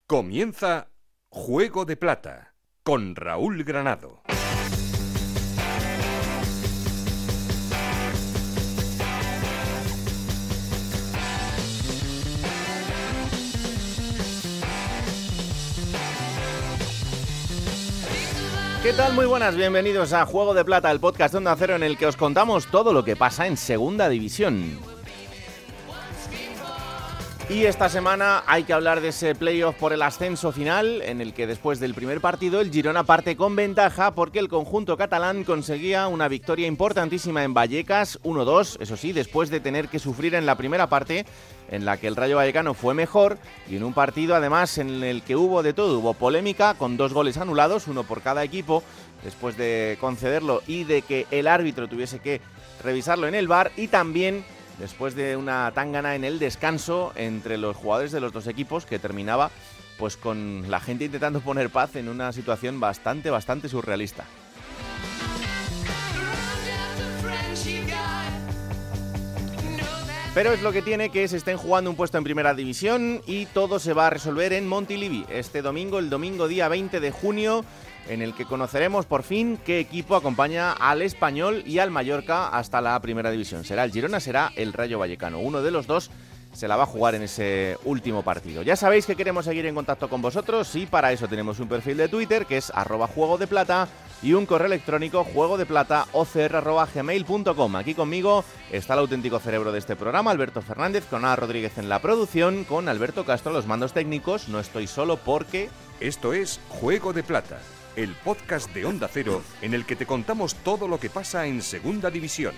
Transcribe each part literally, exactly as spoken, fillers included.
Comienza Juego de Plata con Raúl Granado. ¿Qué tal? Muy buenas, bienvenidos a Juego de Plata, el podcast de Onda Cero en el que os contamos todo lo que pasa en Segunda División. Y esta semana hay que hablar de ese playoff por el ascenso final, en el que después del primer partido el Girona parte con ventaja porque el conjunto catalán conseguía una victoria importantísima en Vallecas, uno dos, eso sí, después de tener que sufrir en la primera parte, en la que el Rayo Vallecano fue mejor, y en un partido además en el que hubo de todo, hubo polémica con dos goles anulados, uno por cada equipo, después de concederlo y de que el árbitro tuviese que revisarlo en el V A R, y también después de una tángana en el descanso entre los jugadores de los dos equipos que terminaba pues con la gente intentando poner paz en una situación bastante, bastante surrealista. Pero es lo que tiene que se estén jugando un puesto en primera división y todo se va a resolver en Montilivi este domingo, el domingo día veinte de junio, en el que conoceremos por fin qué equipo acompaña al Español y al Mallorca hasta la primera división. ¿Será el Girona? ¿Será el Rayo Vallecano? Uno de los dos se la va a jugar en ese último partido. Ya sabéis que queremos seguir en contacto con vosotros y para eso tenemos un perfil de Twitter que es arroba juego de plata y un correo electrónico juegodeplataocr arroba gmail punto com. Aquí conmigo está el auténtico cerebro de este programa, Alberto Fernández, con Ana Rodríguez en la producción, con Alberto Castro los mandos técnicos. No estoy solo porque... Esto es Juego de Plata, el podcast de Onda Cero en el que te contamos todo lo que pasa en Segunda División.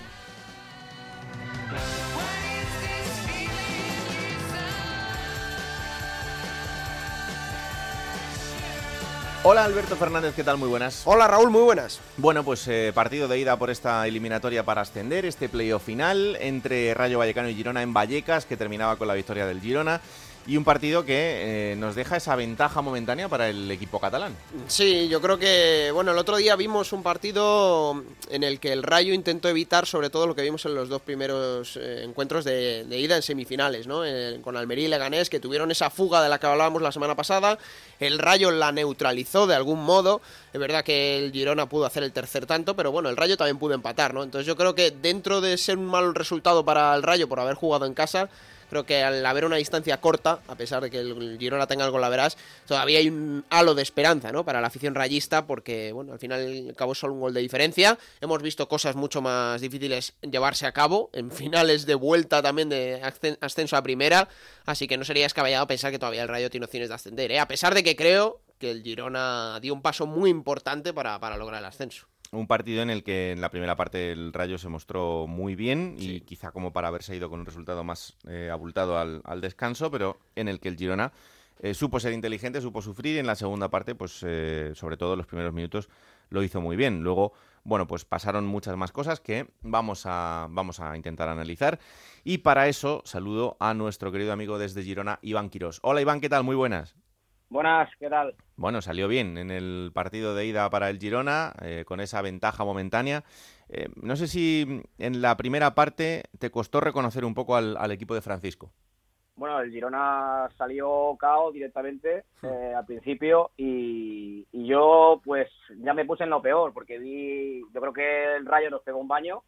Hola Alberto Fernández, ¿qué tal? Muy buenas. Hola Raúl, muy buenas. Bueno, pues eh, partido de ida por esta eliminatoria para ascender, este playoff final entre Rayo Vallecano y Girona en Vallecas, que terminaba con la victoria del Girona. Y un partido que eh, nos deja esa ventaja momentánea para el equipo catalán. Sí, yo creo que, bueno, el otro día vimos un partido en el que el Rayo intentó evitar sobre todo lo que vimos en los dos primeros eh, encuentros de, de ida en semifinales, ¿no? Eh, con Almería y Leganés, que tuvieron esa fuga de la que hablábamos la semana pasada. El Rayo la neutralizó de algún modo. Es verdad que el Girona pudo hacer el tercer tanto, pero bueno, el Rayo también pudo empatar, ¿no? Entonces yo creo que dentro de ser un mal resultado para el Rayo por haber jugado en casa, creo que al haber una distancia corta, a pesar de que el Girona tenga algo golaveras, todavía hay un halo de esperanza, ¿no? Para la afición rayista, porque, bueno, al final y al cabo es solo un gol de diferencia. Hemos visto cosas mucho más difíciles llevarse a cabo, en finales de vuelta también de ascenso a primera, así que no sería descabellado pensar que todavía el Rayo tiene opciones de ascender, ¿eh? A pesar de que creo que el Girona dio un paso muy importante para, para lograr el ascenso. Un partido en el que en la primera parte el Rayo se mostró muy bien y sí. quizá como para haberse ido con un resultado más eh, abultado al, al descanso, pero en el que el Girona eh, supo ser inteligente, supo sufrir y en la segunda parte, pues eh, sobre todo en los primeros minutos, lo hizo muy bien. Luego, bueno, pues pasaron muchas más cosas que vamos a, vamos a intentar analizar y para eso saludo a nuestro querido amigo desde Girona, Iván Quirós. Hola Iván, ¿qué tal? Muy buenas. Buenas, ¿qué tal? Bueno, salió bien en el partido de ida para el Girona, eh, con esa ventaja momentánea. Eh, no sé si en la primera parte te costó reconocer un poco al, al equipo de Francisco. Bueno, el Girona salió K O directamente eh, al principio y, y yo pues ya me puse en lo peor porque vi, yo creo que el Rayo nos pegó un baño,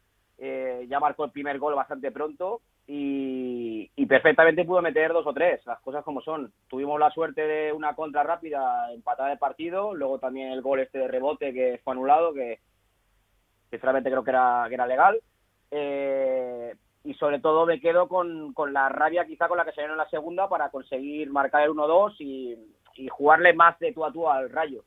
eh, ya marcó el primer gol bastante pronto y, y perfectamente pudo meter dos o tres, las cosas como son. Tuvimos la suerte de una contra rápida, empatada de partido, luego también el gol este de rebote que fue anulado, que sinceramente creo que era, que era legal. Eh, y sobre todo me quedo con, con la rabia quizá con la que se vino en la segunda para conseguir marcar el uno dos y, y jugarle más de tú a tú al Rayo.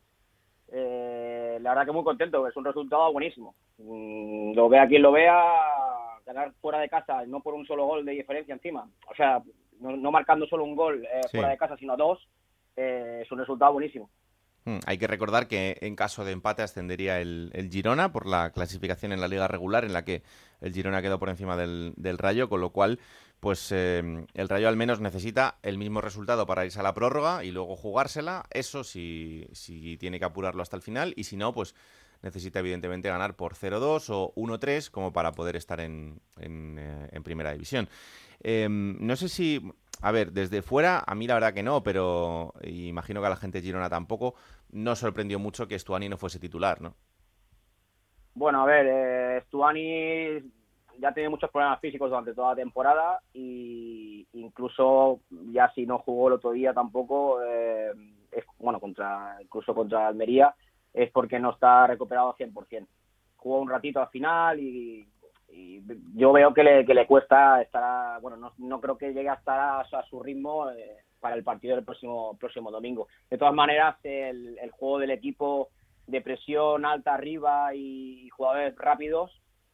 Eh, la verdad que muy contento, es un resultado buenísimo. Mm, lo vea quien lo vea, ganar fuera de casa, no por un solo gol de diferencia encima, o sea, no, no marcando solo un gol eh, Sí. fuera de casa, sino dos, eh, es un resultado buenísimo. Hmm, hay que recordar que en caso de empate ascendería el, el Girona por la clasificación en la liga regular, en la que el Girona quedó por encima del, del Rayo, con lo cual pues eh, el Rayo al menos necesita el mismo resultado para irse a la prórroga y luego jugársela, eso si, si tiene que apurarlo hasta el final, y si no, pues necesita evidentemente ganar por cero dos o uno tres como para poder estar en, en, eh, en primera división. Eh, no sé si, a ver, desde fuera, a mí la verdad que no, pero imagino que a la gente de Girona tampoco, no sorprendió mucho que Stuani no fuese titular, ¿no? Bueno, a ver, eh, Stuani ya tiene muchos problemas físicos durante toda la temporada y incluso ya si no jugó el otro día tampoco, eh, es, bueno, contra incluso contra Almería, es porque no está recuperado al cien por ciento. Jugó un ratito al final y, y yo veo que le, que le cuesta estar, bueno, no, no creo que llegue a estar a, a su ritmo eh, para el partido del próximo próximo domingo. De todas maneras, el, el juego del equipo de presión alta arriba y jugadores rápidos,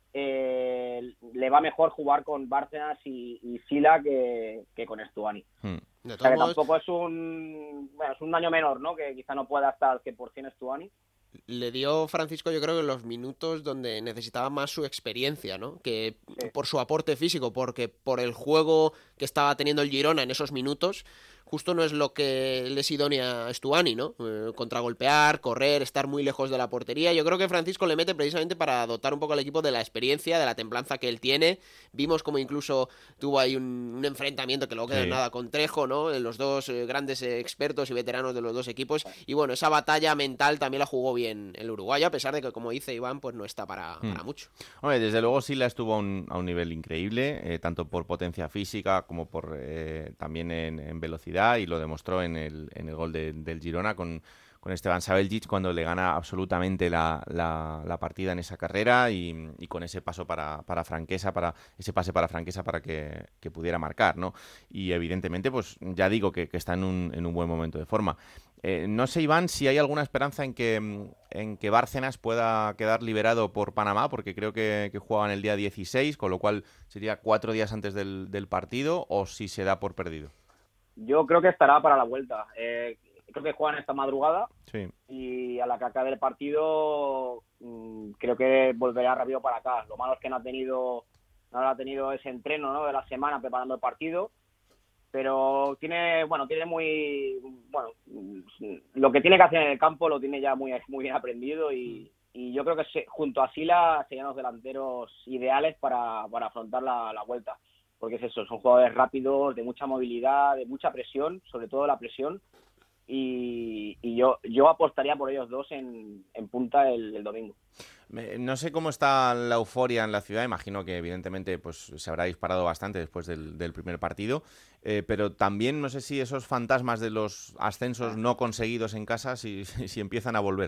eh, le va mejor jugar con Bárcenas y, y Sila que, que con Stuani. Hmm. De O sea que todos modos, tampoco es un bueno, es un daño menor, ¿no? Que quizá no pueda estar al cien por ciento Stuani. le dio Francisco, yo creo que los minutos donde necesitaba más su experiencia, ¿no? Que Sí. por su aporte físico, porque por el juego que estaba teniendo el Girona en esos minutos, justo no es lo que le es idónea a Stuani, ¿no? Eh, contragolpear, correr, estar muy lejos de la portería. Yo creo que Francisco le mete precisamente para dotar un poco al equipo de la experiencia, de la templanza que él tiene. Vimos como incluso tuvo ahí un, un enfrentamiento que luego quedó en Sí. nada con Trejo, ¿no? Los dos eh, grandes eh, expertos y veteranos de los dos equipos. Y bueno, esa batalla mental también la jugó bien el uruguayo, a pesar de que, como dice Iván, pues no está para, Hmm. para mucho. Hombre, desde luego Sila estuvo a un, a un nivel increíble, eh, tanto por potencia física como por eh, también en, en velocidad, y lo demostró en el, en el gol de, del Girona con, con Esteban Sabeljic, cuando le gana absolutamente la, la, la partida en esa carrera y, y con ese paso para, para Franquesa, para ese pase para Franquesa para que, que pudiera marcar, ¿no? Y evidentemente, pues ya digo que, que está en un, en un buen momento de forma. Eh, no sé, Iván, si hay alguna esperanza en que, en que Bárcenas pueda quedar liberado por Panamá, porque creo que, que juegan el día dieciséis, con lo cual sería cuatro días antes del, del partido, o si se da por perdido. Yo creo que estará para la vuelta. Eh, creo que juegan esta madrugada Sí. y a la que acabe el partido mmm, creo que volverá rápido para acá. Lo malo es que no ha tenido no ha tenido ese entreno, ¿no?, de la semana preparando el partido, pero tiene bueno tiene muy bueno lo que tiene que hacer en el campo lo tiene ya muy muy bien aprendido y, y yo creo que se, junto a Sila serían los delanteros ideales para, para afrontar la, la vuelta. Porque es eso, son jugadores rápidos, de mucha movilidad, de mucha presión, sobre todo la presión, y, y yo yo apostaría por ellos dos en, en punta el, el domingo. Me- No sé cómo está la euforia en la ciudad, imagino que evidentemente pues se habrá disparado bastante después del, del primer partido, eh, pero también no sé si esos fantasmas de los ascensos no conseguidos en casa, si, si empiezan a volver.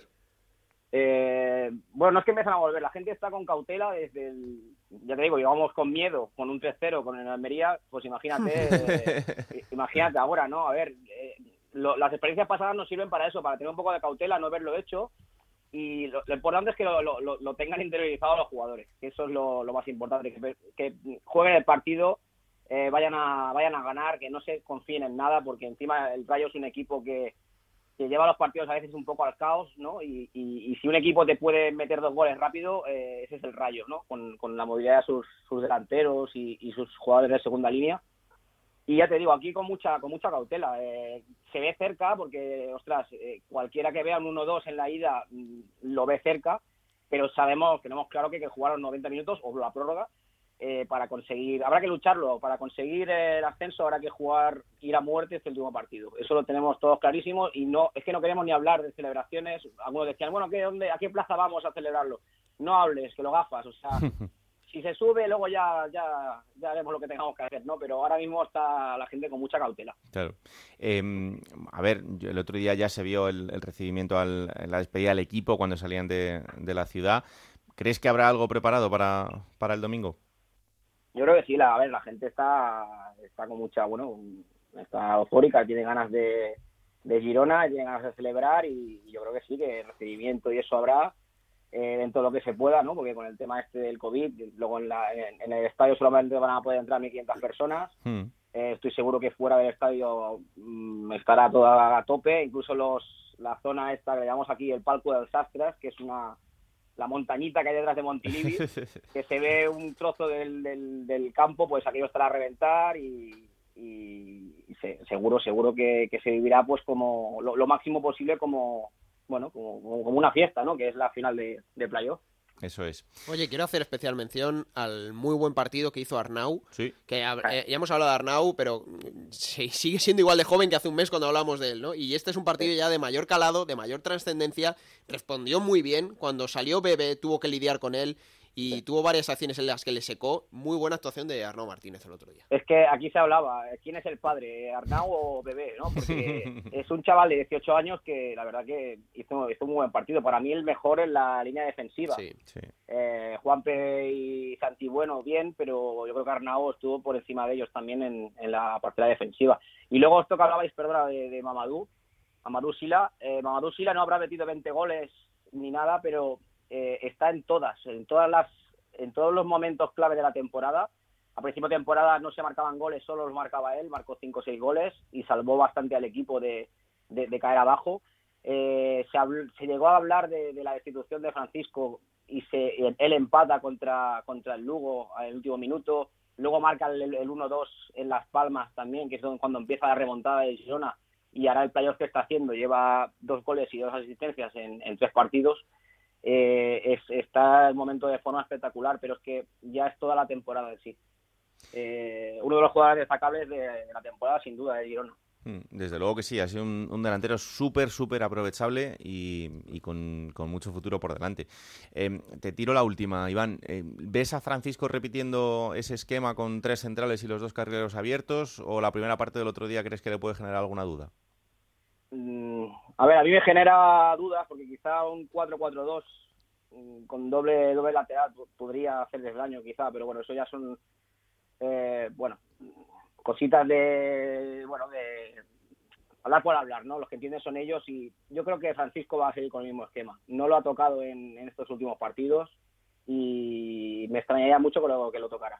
Eh, bueno, no es que empiezan a volver, la gente está con cautela desde el... Ya te digo, llevamos con miedo, con un tres cero con el Almería, pues imagínate, eh, imagínate ahora, ¿no? A ver, eh, lo, las experiencias pasadas nos sirven para eso, para tener un poco de cautela, no haberlo hecho, y lo, lo importante es que lo, lo, lo tengan interiorizado los jugadores, que eso es lo, lo más importante, que, que jueguen el partido, eh, vayan a vayan a ganar, que no se confíen en nada, porque encima el Rayo es un equipo que que lleva los partidos a veces un poco al caos, ¿no? Y, y, y si un equipo te puede meter dos goles rápido, eh, ese es el Rayo, ¿no? Con, con la movilidad de sus, sus delanteros y, y sus jugadores de segunda línea. Y ya te digo, aquí con mucha con mucha cautela. Eh, se ve cerca porque, ostras, eh, cualquiera que vea un uno dos en la ida mm, lo ve cerca, pero sabemos, tenemos claro que hay que jugar los noventa minutos o la prórroga eh, para conseguir, habrá que lucharlo, para conseguir el ascenso habrá que jugar, ir a muerte este último partido. Eso lo tenemos todos clarísimo y no es que no queremos ni hablar de celebraciones. Algunos decían, bueno, ¿qué, dónde, ¿a qué plaza vamos a celebrarlo? No hables, que lo gafas, o sea... Si se sube, luego ya, ya, ya haremos lo que tengamos que hacer, ¿no? Pero ahora mismo está la gente con mucha cautela. Claro. Eh, a ver, yo, el otro día ya se vio el, el recibimiento, al, la despedida del equipo cuando salían de, de la ciudad. ¿Crees que habrá algo preparado para, para el domingo? Yo creo que sí, la, a ver, la gente está, está con mucha, bueno, está eufórica, tiene ganas de, de Girona, tiene ganas de celebrar y, y yo creo que sí, que el recibimiento y eso habrá. Eh, dentro de lo que se pueda, ¿no? Porque con el tema este del COVID, luego en, la, en, en el estadio solamente van a poder entrar mil quinientas personas. Hmm. Eh, estoy seguro que fuera del estadio mmm, estará toda a tope, incluso los la zona esta que le llamamos aquí el Palco del Sastras, que es una la montañita que hay detrás de Montilivi, que se ve un trozo del, del, del campo, pues aquello estará a reventar y, y, y se, seguro seguro que, que se vivirá pues como lo, lo máximo posible como bueno, como, como una fiesta, ¿no? Que es la final de, de playoff. Eso es. Oye, quiero hacer especial mención al muy buen partido que hizo Arnau. Sí. Que eh, ya hemos hablado de Arnau, pero sí, sigue siendo igual de joven que hace un mes cuando hablamos de él, ¿no? Y este es un partido ya de mayor calado, de mayor trascendencia. Respondió muy bien. Cuando salió Bebé tuvo que lidiar con él y tuvo varias acciones en las que le secó. Muy buena actuación de Arnau Martínez el otro día. Es que aquí se hablaba, ¿quién es el padre, Arnau o Bebé? ¿No? Porque es un chaval de dieciocho años que la verdad que hizo, hizo un muy buen partido. Para mí el mejor en la línea defensiva. Sí, sí. Eh, Juanpe y Santi, bueno, bien, pero yo creo que Arnau estuvo por encima de ellos también en, en la partida defensiva. Y luego esto que hablabais, perdona, de, de Mamadou, Mamadou Sila. Eh, Mamadou Sila no habrá metido veinte goles ni nada, pero eh, está en todas, en todas las, en todos los momentos clave de la temporada. A principio de temporada no se marcaban goles, solo los marcaba él, marcó cinco o seis goles y salvó bastante al equipo de, de, de caer abajo. Eh, se, habl- se llegó a hablar de, de la destitución de Francisco y se, él empata contra, contra el Lugo en el último minuto, luego marca el, el uno dos en Las Palmas también, que es cuando empieza la remontada de Girona, y ahora el playoff que está haciendo, lleva dos goles y dos asistencias en, en tres partidos. Eh, es, está el momento de forma espectacular, pero es que ya es toda la temporada en sí. Eh, uno de los jugadores destacables de, de la temporada, sin duda, de Girona. Desde luego que sí, ha sido un, un delantero súper, súper aprovechable y, y con, con mucho futuro por delante. Eh, te tiro la última, Iván. Eh, ¿Ves a Francisco repitiendo ese esquema con tres centrales y los dos carrileros abiertos? ¿O la primera parte del otro día crees que le puede generar alguna duda? Mm, a ver, a mí me genera dudas porque quizá un cuatro cuatro dos mm, con doble doble lateral podría hacerles daño quizá, pero bueno, eso ya son eh, bueno, cositas de, bueno, de hablar por hablar, ¿no? Los que entienden son ellos y yo creo que Francisco va a seguir con el mismo esquema. No lo ha tocado en, en estos últimos partidos y me extrañaría mucho que lo, que lo tocara.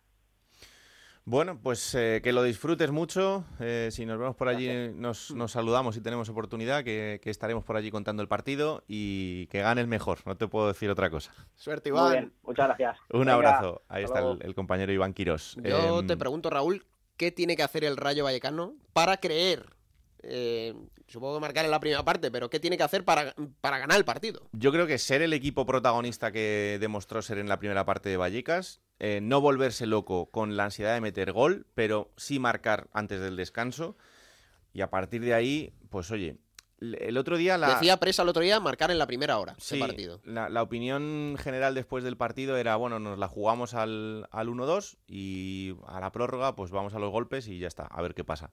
Bueno, pues eh, que lo disfrutes mucho. Eh, si nos vemos por allí, nos, nos saludamos si tenemos oportunidad, que, que estaremos por allí contando el partido y que gane el mejor. No te puedo decir otra cosa. Suerte, Iván. Muy bien, muchas gracias. Un Venga, abrazo. Ahí hasta está el, el compañero Iván Quirós. Yo Eh, te pregunto, Raúl, ¿qué tiene que hacer el Rayo Vallecano para creer? Eh, supongo que marcar en la primera parte, pero ¿qué tiene que hacer para, para ganar el partido? Yo creo que ser el equipo protagonista que demostró ser en la primera parte de Vallecas, eh, no volverse loco con la ansiedad de meter gol, pero sí marcar antes del descanso. Y a partir de ahí, pues oye, el otro día... La... Decía Presa el otro día marcar en la primera hora sí, de partido. La, la opinión general después del partido era, bueno, nos la jugamos al, al uno dos y a la prórroga pues vamos a los golpes y ya está, a ver qué pasa.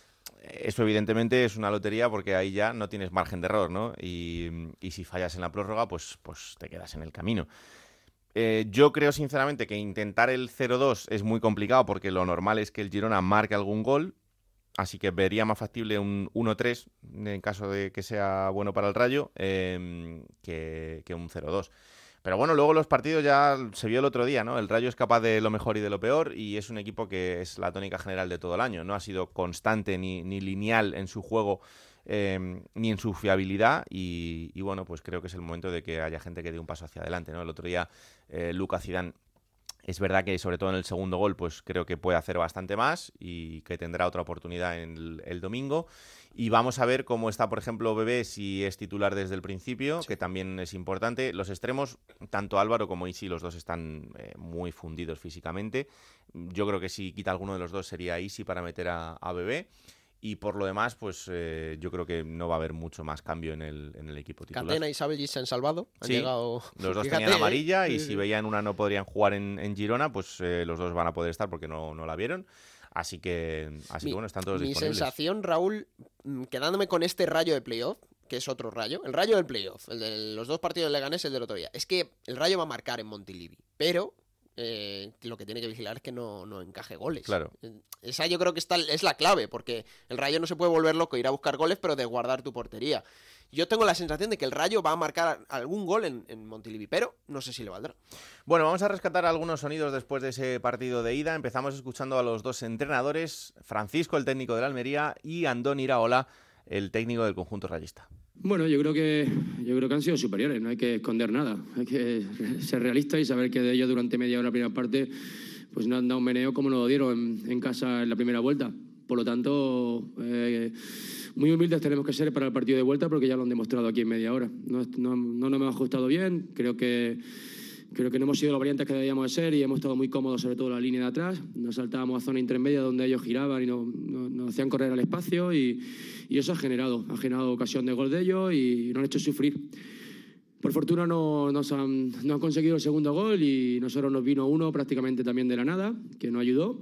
Eso evidentemente es una lotería porque ahí ya no tienes margen de error, ¿no? Y, y si fallas en la prórroga, pues, pues te quedas en el camino. Eh, yo creo sinceramente que intentar el cero dos es muy complicado porque lo normal es que el Girona marque algún gol, así que vería más factible un uno tres en caso de que sea bueno para el Rayo eh, que, que un cero dos. Pero bueno, luego los partidos ya se vio el otro día, ¿no? El Rayo es capaz de lo mejor y de lo peor y es un equipo que es la tónica general de todo el año. No ha sido constante ni, ni lineal en su juego eh, ni en su fiabilidad y, y bueno, pues creo que es el momento de que haya gente que dé un paso hacia adelante, ¿no? El otro día eh, Lucas Zidane, es verdad que sobre todo en el segundo gol pues creo que puede hacer bastante más y que tendrá otra oportunidad en el, el domingo. Y vamos a ver cómo está, por ejemplo, Bebé, si es titular desde el principio, sí, que también es importante. Los extremos, tanto Álvaro como Isi, los dos están eh, muy fundidos físicamente. Yo creo que si quita alguno de los dos sería Isi para meter a, a Bebé. Y por lo demás, pues eh, yo creo que no va a haber mucho más cambio en el, en el equipo titular. Catena y Sabellis se han salvado. Han sí, llegado... los dos Fíjate, tenían amarilla ¿eh? y Sí, si sí. veían una no podrían jugar en, en Girona, pues eh, los dos van a poder estar porque no, no la vieron. Así que, así mi, que bueno, están todos mi disponibles. Mi sensación, Raúl, quedándome con este Rayo de playoff, que es otro Rayo, el Rayo del playoff, el de los dos partidos de Leganés, el del otro día, es que el Rayo va a marcar en Montilivi, pero eh, lo que tiene que vigilar es que no, no encaje goles. Claro. Esa yo creo que está, es la clave, porque el Rayo no se puede volver loco, ir a buscar goles, pero de guardar tu portería. Yo tengo la sensación de que el Rayo va a marcar algún gol en, en Montilivi, pero no sé si le valdrá. Bueno, vamos a rescatar algunos sonidos después de ese partido de ida. Empezamos escuchando a los dos entrenadores, Francisco, el técnico del Almería, y Andón Iraola, el técnico del conjunto rayista. Bueno, yo creo que yo creo que han sido superiores, no hay que esconder nada. Hay que ser realistas y saber que de ellos durante media hora la primera parte pues no han dado un meneo como nos lo dieron en, en casa en la primera vuelta. Por lo tanto, eh, muy humildes tenemos que ser para el partido de vuelta, porque ya lo han demostrado aquí en media hora. No, no, no nos hemos ajustado bien, creo que, creo que no hemos sido los valientes que debíamos de ser y hemos estado muy cómodos, sobre todo en la línea de atrás. Nos saltábamos a zona intermedia donde ellos giraban y nos, nos, nos hacían correr al espacio y, y eso ha generado, ha generado ocasión de gol de ellos y nos han hecho sufrir. Por fortuna no, nos han, no han conseguido el segundo gol y nosotros nos vino uno prácticamente también de la nada, que nos ayudó.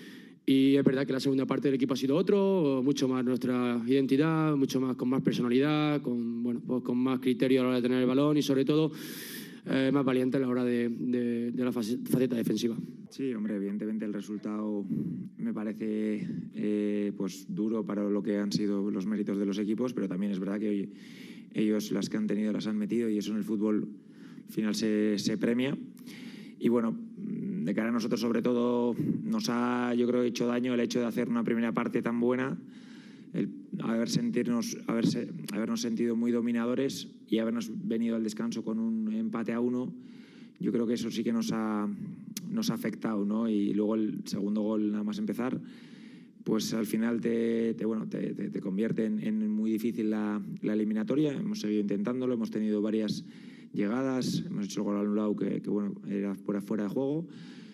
Y es verdad que la segunda parte del equipo ha sido otro, mucho más nuestra identidad, mucho más con más personalidad, con, bueno, pues con más criterio a la hora de tener el balón y sobre todo eh, más valiente a la hora de, de, de la faceta defensiva. Sí, hombre, evidentemente el resultado me parece eh, pues duro para lo que han sido los méritos de los equipos, pero también es verdad que hoy ellos las que han tenido las han metido y eso en el fútbol al final se, se premia. Y bueno, de cara a nosotros sobre todo nos ha, yo creo, hecho daño el hecho de hacer una primera parte tan buena, el haber sentirnos, haberse, habernos sentido muy dominadores y habernos venido al descanso con un empate a uno. Yo creo que eso sí que nos ha, nos ha afectado, ¿no? Y luego el segundo gol nada más empezar, pues al final te, te, bueno, te, te, te convierte en, en muy difícil la, la eliminatoria. Hemos seguido intentándolo, hemos tenido varias llegadas, hemos hecho el gol anulado que, que bueno, era fuera, fuera de juego,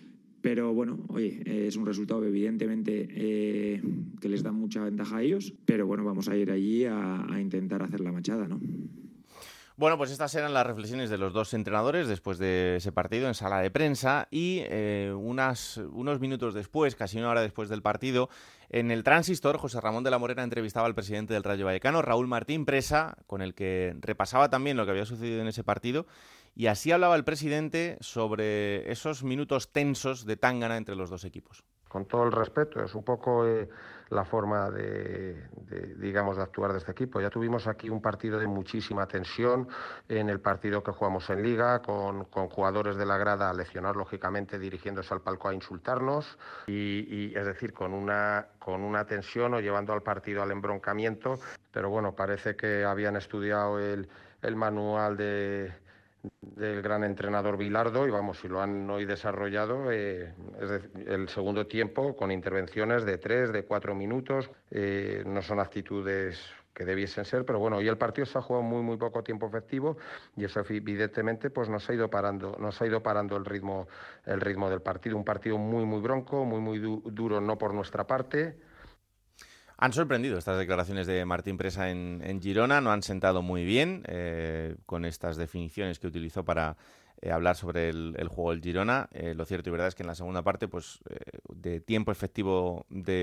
pero bueno, oye, es un resultado evidentemente eh, que les da mucha ventaja a ellos, pero bueno, vamos a ir allí a, a intentar hacer la machada, ¿no? Bueno, pues estas eran las reflexiones de los dos entrenadores después de ese partido en sala de prensa y eh, unas, unos minutos después, casi una hora después del partido, en el Transistor, José Ramón de la Morena entrevistaba al presidente del Rayo Vallecano, Raúl Martín Presa, con el que repasaba también lo que había sucedido en ese partido y así hablaba el presidente sobre esos minutos tensos de tángana entre los dos equipos. Con todo el respeto, es un poco eh, la forma de, de, digamos, de actuar de este equipo. Ya tuvimos aquí un partido de muchísima tensión en el partido que jugamos en Liga, con, con jugadores de la grada lesionados, lógicamente, dirigiéndose al palco a insultarnos, y, y es decir, con una, con una tensión o llevando al partido al embroncamiento. Pero bueno, parece que habían estudiado el, el manual de... del gran entrenador Bilardo y vamos, si lo han hoy desarrollado, eh, es decir, el segundo tiempo con intervenciones de tres, de cuatro minutos, eh, no son actitudes que debiesen ser, pero bueno, hoy el partido se ha jugado muy muy poco tiempo efectivo y eso evidentemente pues nos ha ido parando, nos ha ido parando el ritmo, el ritmo del partido, un partido muy muy bronco, muy muy du- duro no por nuestra parte. Han sorprendido estas declaraciones de Martín Presa en, en Girona, no han sentado muy bien eh, con estas definiciones que utilizó para eh, hablar sobre el, el juego del Girona. Eh, lo cierto y verdad es que en la segunda parte, pues eh, de tiempo efectivo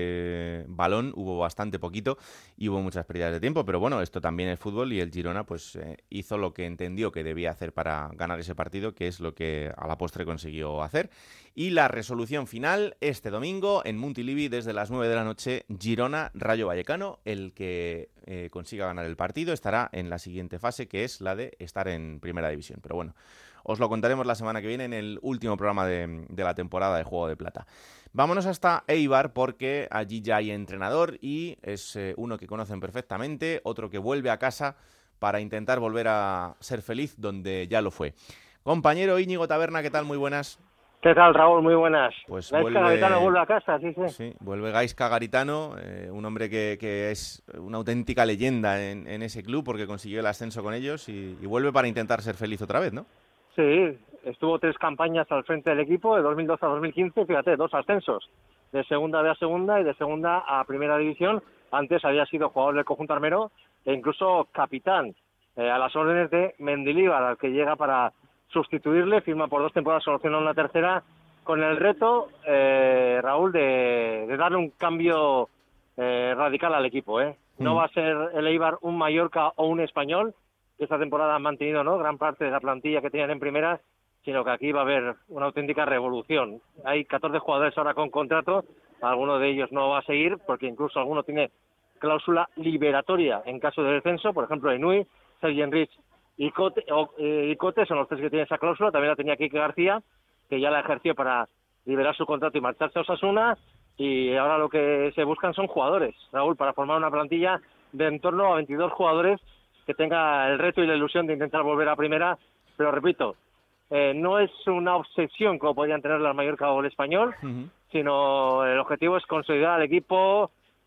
de balón hubo bastante poquito y hubo muchas pérdidas de tiempo, pero bueno, esto también es fútbol y el Girona pues eh, hizo lo que entendió que debía hacer para ganar ese partido, que es lo que a la postre consiguió hacer. Y la resolución final este domingo en Montilivi desde las nueve de la noche, Girona Rayo Vallecano. El que eh, consiga ganar el partido estará en la siguiente fase, que es la de estar en Primera División. Pero bueno, os lo contaremos la semana que viene en el último programa de, de la temporada de Juego de Plata. Vámonos hasta Eibar porque allí ya hay entrenador y es eh, uno que conocen perfectamente, otro que vuelve a casa para intentar volver a ser feliz donde ya lo fue. Compañero Íñigo Taberna, ¿qué tal? Muy buenas. ¿Qué tal, Raúl? Muy buenas. Pues Gaizka vuelve... Garitano vuelve a casa, sí, sí. Sí, vuelve Gaizka Garitano, eh, un hombre que, que es una auténtica leyenda en, en ese club porque consiguió el ascenso con ellos y, y vuelve para intentar ser feliz otra vez, ¿no? Sí, estuvo tres campañas al frente del equipo, de dos mil doce a dos mil quince, fíjate, dos ascensos, de segunda B a segunda y de segunda a primera división. Antes había sido jugador del conjunto armero e incluso capitán, eh, a las órdenes de Mendilibar, al que llega para sustituirle, firma por dos temporadas, soluciona una tercera, con el reto, eh, Raúl, de, de darle un cambio eh, radical al equipo. ¿eh? No mm. va a ser el Eibar un Mallorca o un Español, que esta temporada han mantenido, ¿no?, gran parte de la plantilla que tenían en primera, sino que aquí va a haber una auténtica revolución. Hay catorce jugadores ahora con contrato, alguno de ellos no va a seguir, porque incluso alguno tiene cláusula liberatoria en caso de descenso, por ejemplo, Inui, Sergi Enrich y Cote, o, eh, y Cote son los tres que tienen esa cláusula. También la tenía Quique García, que ya la ejerció para liberar su contrato y marcharse a Osasuna, y ahora lo que se buscan son jugadores, Raúl, para formar una plantilla de en torno a veintidós jugadores que tenga el reto y la ilusión de intentar volver a primera, pero repito, eh, no es una obsesión como podrían tener el Mallorca o el Español, uh-huh. sino el objetivo es consolidar al equipo,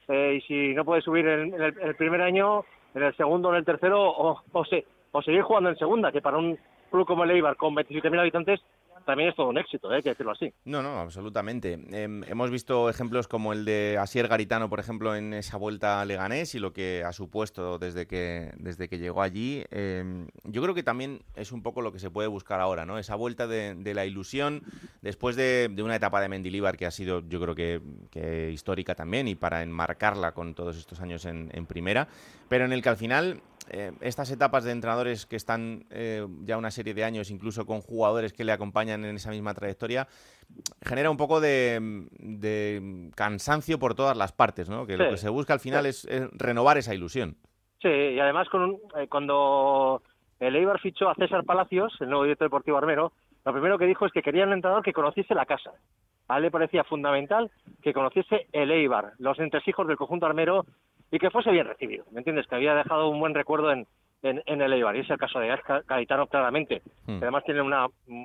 eh, y si no puede subir en, en, el, en el primer año, en el segundo o en el tercero, o, o, se, o seguir jugando en segunda, que para un club como el Eibar con veintisiete mil habitantes también es todo un éxito, ¿eh? Hay que decirlo así. No, no, absolutamente. Eh, hemos visto ejemplos como el de Asier Garitano, por ejemplo, en esa vuelta a Leganés y lo que ha supuesto desde que, desde que llegó allí. Eh, yo creo que también es un poco lo que se puede buscar ahora, ¿no? Esa vuelta de, de la ilusión después de, de una etapa de Mendilibar que ha sido, yo creo que, que histórica también y para enmarcarla con todos estos años en, en primera, pero en el que al final... Eh, estas etapas de entrenadores que están eh, ya una serie de años, incluso con jugadores que le acompañan en esa misma trayectoria, genera un poco de, de cansancio por todas las partes, ¿no? Que sí. Lo que se busca al final sí. es, es renovar esa ilusión. Sí, y además con un, eh, cuando el Eibar fichó a César Palacios, el nuevo director deportivo armero, lo primero que dijo es que quería un entrenador que conociese la casa. A él le parecía fundamental que conociese el Eibar, los entresijos del conjunto armero, y que fuese bien recibido, ¿me entiendes? Que había dejado un buen recuerdo en, en, en el Eibar, y es el caso de Garitano claramente, mm. que además tiene una,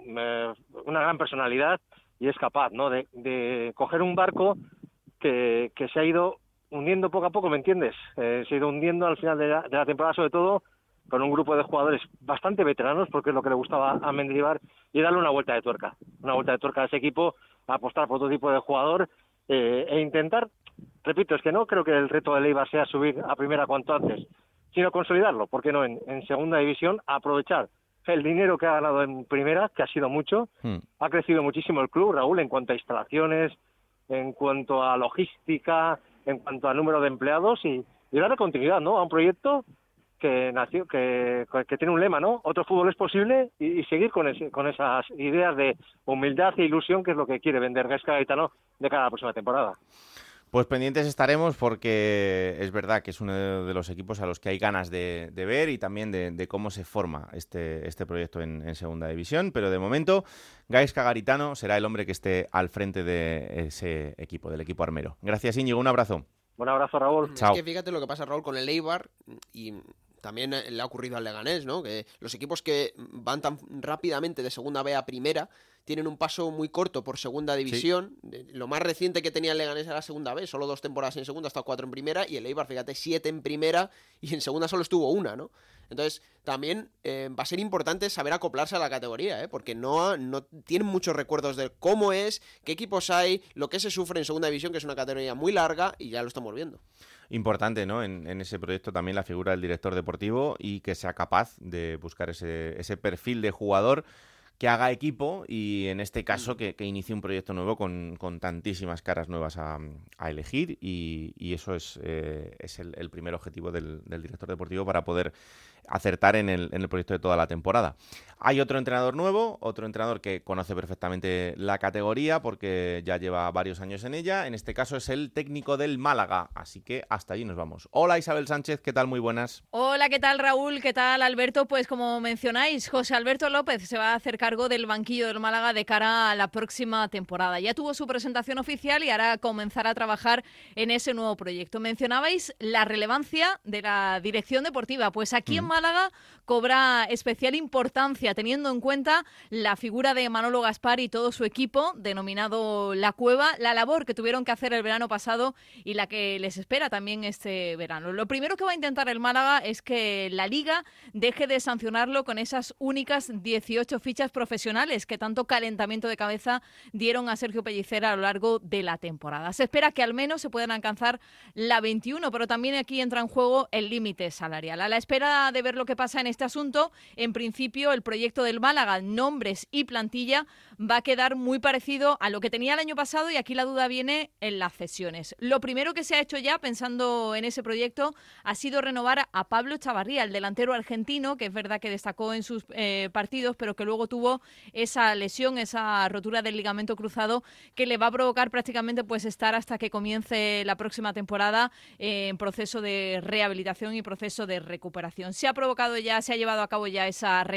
una gran personalidad y es capaz, ¿no?, de, de coger un barco que, que se ha ido hundiendo poco a poco, ¿me entiendes? Eh, se ha ido hundiendo al final de la, de la temporada, sobre todo con un grupo de jugadores bastante veteranos, porque es lo que le gustaba a Mendilibar, y darle una vuelta de tuerca, una vuelta de tuerca a ese equipo, a apostar por otro tipo de jugador eh, e intentar. Repito, es que no creo que el reto del Eibar sea subir a primera cuanto antes, sino consolidarlo, ¿por qué no? En, en segunda división, aprovechar el dinero que ha ganado en primera, que ha sido mucho, hmm. ha crecido muchísimo el club, Raúl, en cuanto a instalaciones, en cuanto a logística, en cuanto a número de empleados, y, y darle continuidad, ¿no?, a un proyecto que nació, que, que tiene un lema, ¿no? Otro fútbol es posible, y, y seguir con, ese, con esas ideas de humildad e ilusión, que es lo que quiere vender Gaizka Garitano de cara a la próxima temporada. Pues pendientes estaremos porque es verdad que es uno de los equipos a los que hay ganas de, de ver y también de, de cómo se forma este, este proyecto en, en segunda división, pero de momento Gaizka Garitano será el hombre que esté al frente de ese equipo, del equipo armero. Gracias, Íñigo, un abrazo. Un abrazo, Raúl. Chao. Es que fíjate lo que pasa, Raúl, con el Eibar, y también le ha ocurrido al Leganés, ¿no? Que los equipos que van tan rápidamente de segunda B a primera tienen un paso muy corto por segunda división. Sí. Lo más reciente que tenía el Leganés era la segunda B, solo dos temporadas en segunda, hasta cuatro en primera, y el Eibar, fíjate, siete en primera, y en segunda solo estuvo una, ¿no? Entonces, también eh, va a ser importante saber acoplarse a la categoría, ¿eh? Porque no, no tienen muchos recuerdos de cómo es, qué equipos hay, lo que se sufre en segunda división, que es una categoría muy larga, y ya lo estamos viendo. Importante, ¿no?, en, en ese proyecto también la figura del director deportivo y que sea capaz de buscar ese, ese perfil de jugador que haga equipo y en este caso que, que inicie un proyecto nuevo con, con tantísimas caras nuevas a, a elegir y, y eso es, eh, es el, el primer objetivo del, del director deportivo para poder acertar en el, en el proyecto de toda la temporada. Hay otro entrenador nuevo, otro entrenador que conoce perfectamente la categoría porque ya lleva varios años en ella, en este caso es el técnico del Málaga, así que hasta allí nos vamos. Hola Isabel Sánchez, ¿qué tal? Muy buenas. Hola, ¿qué tal Raúl? ¿Qué tal Alberto? Pues como mencionáis, José Alberto López se va a hacer cargo del banquillo del Málaga de cara a la próxima temporada. Ya tuvo su presentación oficial y hará comenzar a trabajar en ese nuevo proyecto. Mencionabais la relevancia de la dirección deportiva, pues aquí mm. en Málaga cobra especial importancia teniendo en cuenta la figura de Manolo Gaspar y todo su equipo, denominado La Cueva, la labor que tuvieron que hacer el verano pasado y la que les espera también este verano. Lo primero que va a intentar el Málaga es que la Liga deje de sancionarlo con esas únicas dieciocho fichas profesionales que tanto calentamiento de cabeza dieron a Sergio Pellicer a lo largo de la temporada. Se espera que al menos se puedan alcanzar la veintiuno, pero también aquí entra en juego el límite salarial. A la espera de ver lo que pasa en este asunto, en principio el proyecto del Málaga, nombres y plantilla, va a quedar muy parecido a lo que tenía el año pasado y aquí la duda viene en las cesiones. Lo primero que se ha hecho ya, pensando en ese proyecto, ha sido renovar a Pablo Chavarría, el delantero argentino, que es verdad que destacó en sus eh, partidos, pero que luego tuvo esa lesión, esa rotura del ligamento cruzado que le va a provocar prácticamente pues estar hasta que comience la próxima temporada eh, en proceso de rehabilitación y proceso de recuperación. Se ha provocado ya, se ha llevado a cabo ya esa renovación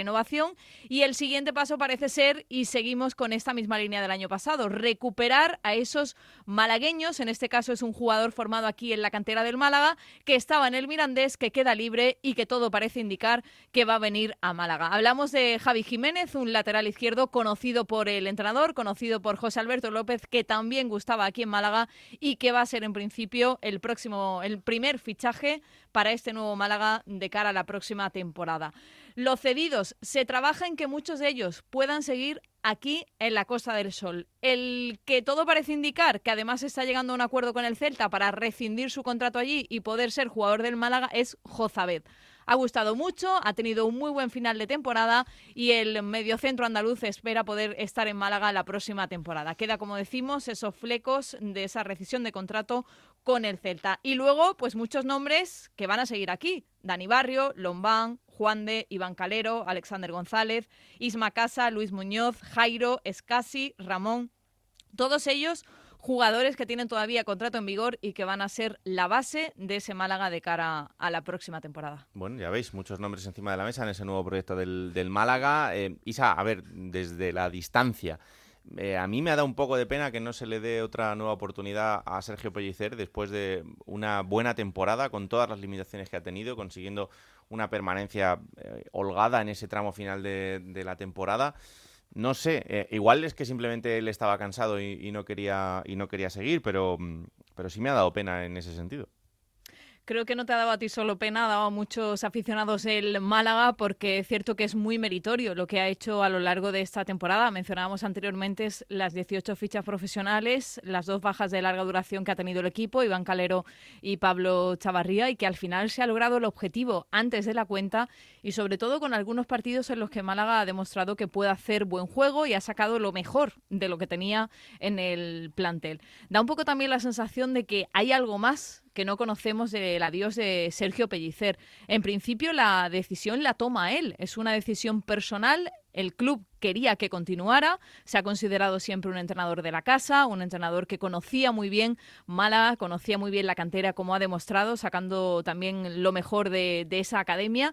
situación y el siguiente paso parece ser, y seguimos con esta misma línea del año pasado, recuperar a esos malagueños. En este caso es un jugador formado aquí en la cantera del Málaga que estaba en el Mirandés, que queda libre y que todo parece indicar que va a venir a Málaga. Hablamos de Javi Jiménez, un lateral izquierdo conocido por el entrenador, conocido por José Alberto López, que también gustaba aquí en Málaga y que va a ser en principio el próximo, el primer fichaje para este nuevo Málaga de cara a la próxima temporada. Los cedidos, se trabaja en que muchos de ellos puedan seguir aquí en la Costa del Sol. El que todo parece indicar que además está llegando a un acuerdo con el Celta para rescindir su contrato allí y poder ser jugador del Málaga es Jozabed. Ha gustado mucho, ha tenido un muy buen final de temporada y el mediocentro andaluz espera poder estar en Málaga la próxima temporada. Queda, como decimos, esos flecos de esa rescisión de contrato con el Celta. Y luego, pues muchos nombres que van a seguir aquí. Dani Barrio, Lombán, Juan de, Iván Calero, Alexander González, Isma Casa, Luis Muñoz, Jairo, Escasi, Ramón. Todos ellos jugadores que tienen todavía contrato en vigor y que van a ser la base de ese Málaga de cara a la próxima temporada. Bueno, ya veis, muchos nombres encima de la mesa en ese nuevo proyecto del, del Málaga. Eh, Isa, a ver, desde la distancia, eh, a mí me ha dado un poco de pena que no se le dé otra nueva oportunidad a Sergio Pellicer después de una buena temporada con todas las limitaciones que ha tenido, consiguiendo una permanencia eh, holgada en ese tramo final de, de la temporada. No sé, eh, igual es que simplemente él estaba cansado y, y no quería y no quería seguir, pero, pero sí me ha dado pena en ese sentido. Creo que no te ha dado a ti solo pena, ha dado a muchos aficionados el Málaga, porque es cierto que es muy meritorio lo que ha hecho a lo largo de esta temporada. Mencionábamos anteriormente las dieciocho fichas profesionales, las dos bajas de larga duración que ha tenido el equipo, Iván Calero y Pablo Chavarría, y que al final se ha logrado el objetivo antes de la cuenta y sobre todo con algunos partidos en los que Málaga ha demostrado que puede hacer buen juego y ha sacado lo mejor de lo que tenía en el plantel. Da un poco también la sensación de que hay algo más que no conocemos del adiós de Sergio Pellicer. En principio la decisión la toma él, es una decisión personal. El club quería que continuara, se ha considerado siempre un entrenador de la casa, un entrenador que conocía muy bien Málaga, conocía muy bien la cantera, como ha demostrado, sacando también lo mejor de, de esa academia.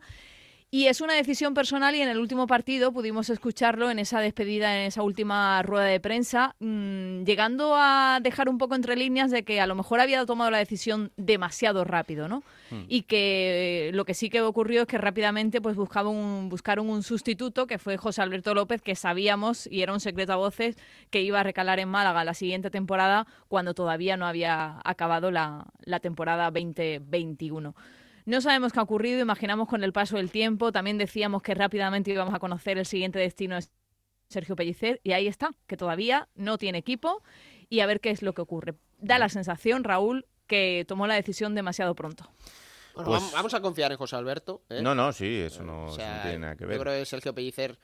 Y es una decisión personal y en el último partido pudimos escucharlo en esa despedida, en esa última rueda de prensa, mmm, llegando a dejar un poco entre líneas de que a lo mejor había tomado la decisión demasiado rápido, ¿no? Mm. Y que eh, lo que sí que ocurrió es que rápidamente pues buscaba un, buscaron un sustituto, que fue José Alberto López, que sabíamos, y era un secreto a voces, que iba a recalar en Málaga la siguiente temporada cuando todavía no había acabado la, la temporada veinte veintiuno. No sabemos qué ha ocurrido, imaginamos con el paso del tiempo. También decíamos que rápidamente íbamos a conocer el siguiente destino de Sergio Pellicer y ahí está, que todavía no tiene equipo y a ver qué es lo que ocurre. Da la sensación, Raúl, que tomó la decisión demasiado pronto. Bueno, Pues- vamos, vamos a confiar en José Alberto. ¿eh? No, no, sí, eso no, O eso sea, no tiene nada que Yo ver. creo que Sergio Pellicer,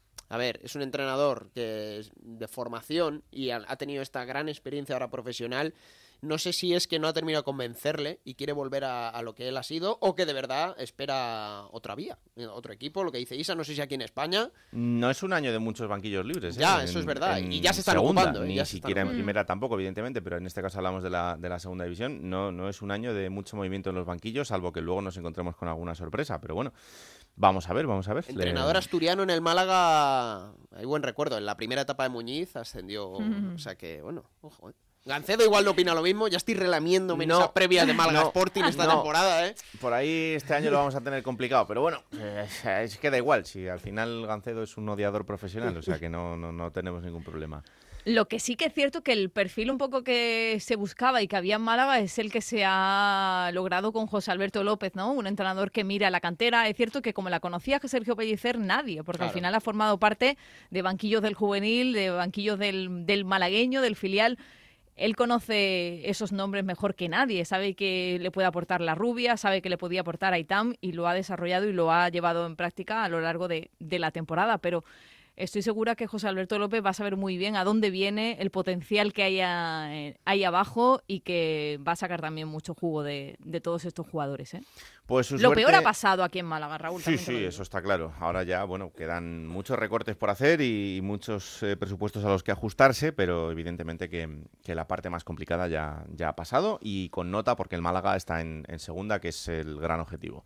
a ver, es un entrenador que es de formación y ha, ha tenido esta gran experiencia ahora profesional. No sé si es que no ha terminado de convencerle y quiere volver a, a lo que él ha sido o que de verdad espera otra vía, otro equipo, lo que dice Isa, no sé si aquí en España. No es un año de muchos banquillos libres. ¿eh? Ya, En- eso es verdad, en y ya se están segunda, ocupando, ¿eh? Ni Ya se siquiera están en primera tampoco, evidentemente, pero en este caso hablamos de la, de la segunda división. No, no es un año de mucho movimiento en los banquillos, salvo que luego nos encontremos con alguna sorpresa. Pero bueno, vamos a ver, vamos a ver. Entrenador Le- asturiano en el Málaga, hay buen recuerdo, en la primera etapa de Muñiz ascendió, Mm. o sea que, bueno, ojo, ¿eh? Gancedo igual no opina lo mismo, ya estoy relamiéndome en No, esa previa de Málaga no, Sporting esta no. temporada, ¿eh? Por ahí este año lo vamos a tener complicado, pero bueno, eh, es que da igual, si al final Gancedo es un odiador profesional, o sea que no, no, no tenemos ningún problema. Lo que sí que es cierto que el perfil un poco que se buscaba y que había en Málaga es el que se ha logrado con José Alberto López, ¿no? Un entrenador que mira la cantera. Es cierto que como la conocía Sergio Pellicer, nadie, porque Claro. al final ha formado parte de banquillos del juvenil, de banquillos del, del malagueño, del filial. Él conoce esos nombres mejor que nadie, sabe que le puede aportar la Rubia, sabe que le podía aportar a Itam y lo ha desarrollado y lo ha llevado en práctica a lo largo de, de la temporada, pero estoy segura que José Alberto López va a saber muy bien a dónde viene, el potencial que hay a- ahí abajo y que va a sacar también mucho jugo de, de todos estos jugadores, ¿eh? Pues su Lo suerte- peor ha pasado aquí en Málaga, Raúl. Sí, también te sí, lo digo. eso está claro. Ahora ya, bueno, quedan muchos recortes por hacer y muchos eh, presupuestos a los que ajustarse, pero evidentemente que, que la parte más complicada ya, ya ha pasado y con nota porque el Málaga está en, en segunda, que es el gran objetivo.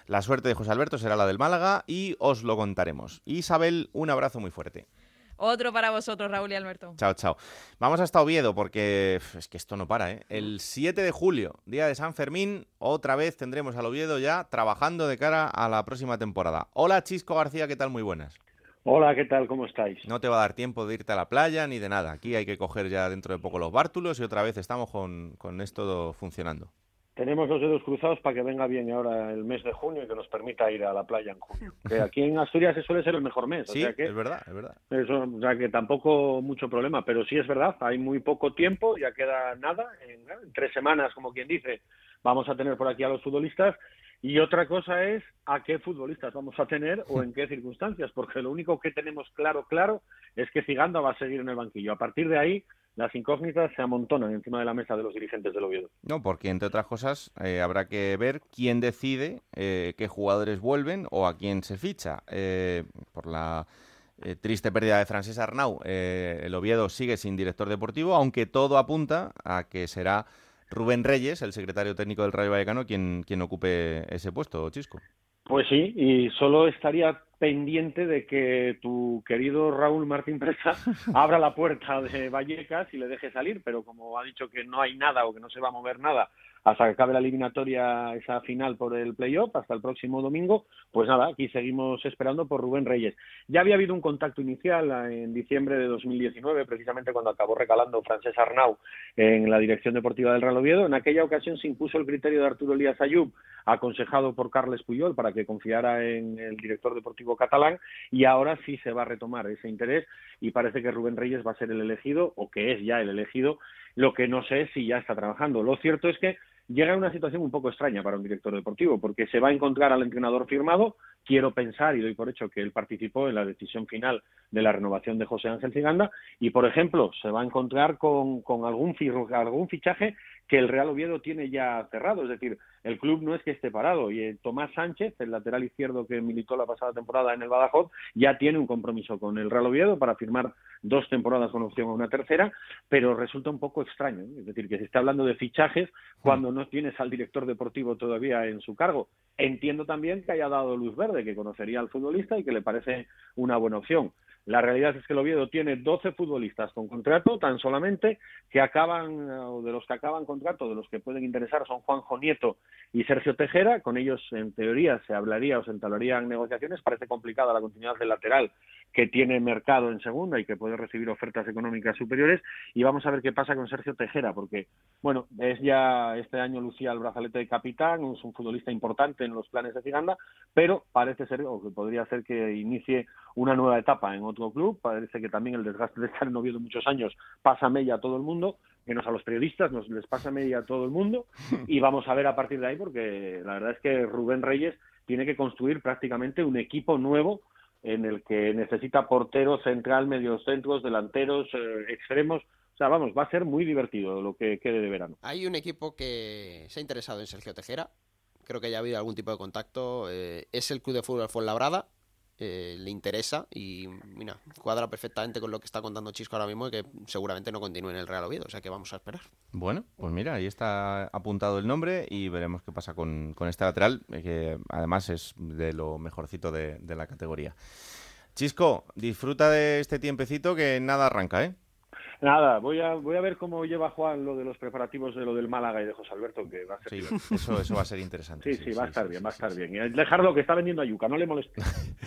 La suerte de José Alberto será la del Málaga y os lo contaremos. Isabel, un abrazo muy fuerte. Otro para vosotros, Raúl y Alberto. Chao, chao. Vamos hasta Oviedo porque es que esto no para, ¿eh? El siete de julio, día de San Fermín, otra vez tendremos al Oviedo ya trabajando de cara a la próxima temporada. Hola, Chisco García, ¿qué tal? Muy buenas. Hola, ¿qué tal? ¿Cómo estáis? No te va a dar tiempo de irte a la playa ni de nada. Aquí hay que coger ya dentro de poco los bártulos y otra vez estamos con, con esto funcionando. Tenemos los dedos cruzados para que venga bien ahora el mes de junio y que nos permita ir a la playa en junio. Que aquí en Asturias se suele ser el mejor mes. Sí, o sea que, es verdad, es verdad. Eso, o sea que tampoco mucho problema, pero sí es verdad, hay muy poco tiempo, ya queda nada, en, en tres semanas, como quien dice, vamos a tener por aquí a los futbolistas. Y otra cosa es a qué futbolistas vamos a tener o en qué circunstancias, porque lo único que tenemos claro, claro, es que Ciganda va a seguir en el banquillo. A partir de ahí, las incógnitas se amontonan encima de la mesa de los dirigentes del Oviedo. No, porque entre otras cosas eh, habrá que ver quién decide eh, qué jugadores vuelven o a quién se ficha. Eh, por la eh, triste pérdida de Francesc Arnau, eh, el Oviedo sigue sin director deportivo, aunque todo apunta a que será Rubén Reyes, el secretario técnico del Rayo Vallecano, quien, quien ocupe ese puesto, Chisco. Pues sí, y solo estaría pendiente de que tu querido Raúl Martín Presa abra la puerta de Vallecas y le deje salir, pero como ha dicho que no hay nada o que no se va a mover nada hasta que acabe la eliminatoria, esa final por el play-off, hasta el próximo domingo, pues nada, aquí seguimos esperando por Rubén Reyes. Ya había habido un contacto inicial en diciembre de dos mil diecinueve, precisamente cuando acabó recalando Francesc Arnau en la dirección deportiva del Real Oviedo. En aquella ocasión se impuso el criterio de Arturo Elías Ayub, aconsejado por Carles Puyol, para que confiara en el director deportivo catalán, y ahora sí se va a retomar ese interés y parece que Rubén Reyes va a ser el elegido, o que es ya el elegido. Lo que no sé es si ya está trabajando. Lo cierto es que llega en una situación un poco extraña para un director deportivo, porque se va a encontrar al entrenador firmado. Quiero pensar, y doy por hecho, que él participó en la decisión final de la renovación de José Ángel Ciganda, y, por ejemplo, se va a encontrar con, con algún, algún fichaje que el Real Oviedo tiene ya cerrado. Es decir, el club no es que esté parado, y eh, Tomás Sánchez, el lateral izquierdo que militó la pasada temporada en el Badajoz, ya tiene un compromiso con el Real Oviedo para firmar dos temporadas con opción a una tercera, pero resulta un poco extraño, ¿eh? Es decir, que se está hablando de fichajes cuando no tienes al director deportivo todavía en su cargo. Entiendo también que haya dado luz verde, que conocería al futbolista y que le parece una buena opción. La realidad es que el Oviedo tiene doce futbolistas con contrato, tan solamente, que acaban, o de los que acaban contrato, de los que pueden interesar, son Juanjo Nieto y Sergio Tejera. Con ellos, en teoría, se hablaría o se entablarían negociaciones. Parece complicada la continuidad del lateral, que tiene mercado en segunda y que puede recibir ofertas económicas superiores. Y vamos a ver qué pasa con Sergio Tejera, porque, bueno, es ya este año lucía el brazalete de capitán, es un futbolista importante en los planes de Ciganda, pero parece ser, o que podría ser, que inicie una nueva etapa en otro club. Parece que también el desgaste de estar en Oviedo muchos años pasa media a todo el mundo, menos a los periodistas, nos les pasa media a todo el mundo, y vamos a ver a partir de ahí, porque la verdad es que Rubén Reyes tiene que construir prácticamente un equipo nuevo en el que necesita portero, central, mediocentros, delanteros, eh, extremos. O sea, vamos, va a ser muy divertido lo que quede de verano. Hay un equipo que se ha interesado en Sergio Tejera, creo que ya ha habido algún tipo de contacto, eh, es el Club de Fútbol Fuenlabrada. Eh, le interesa y mira, cuadra perfectamente con lo que está contando Chisco ahora mismo, y que seguramente no continúe en el Real Oviedo, o sea que vamos a esperar. Bueno, pues mira, ahí está apuntado el nombre y veremos qué pasa con, con este lateral, que además es de lo mejorcito de, de la categoría. Chisco, disfruta de este tiempecito que nada arranca, ¿eh? Nada, voy a voy a ver cómo lleva Juan lo de los preparativos de lo del Málaga y de José Alberto, que va a ser... Sí, eso, eso va a ser interesante. Sí, sí, sí, va a estar sí, bien, sí, va a estar sí, bien. Y dejarlo, que está vendiendo a Yuca, no le moleste.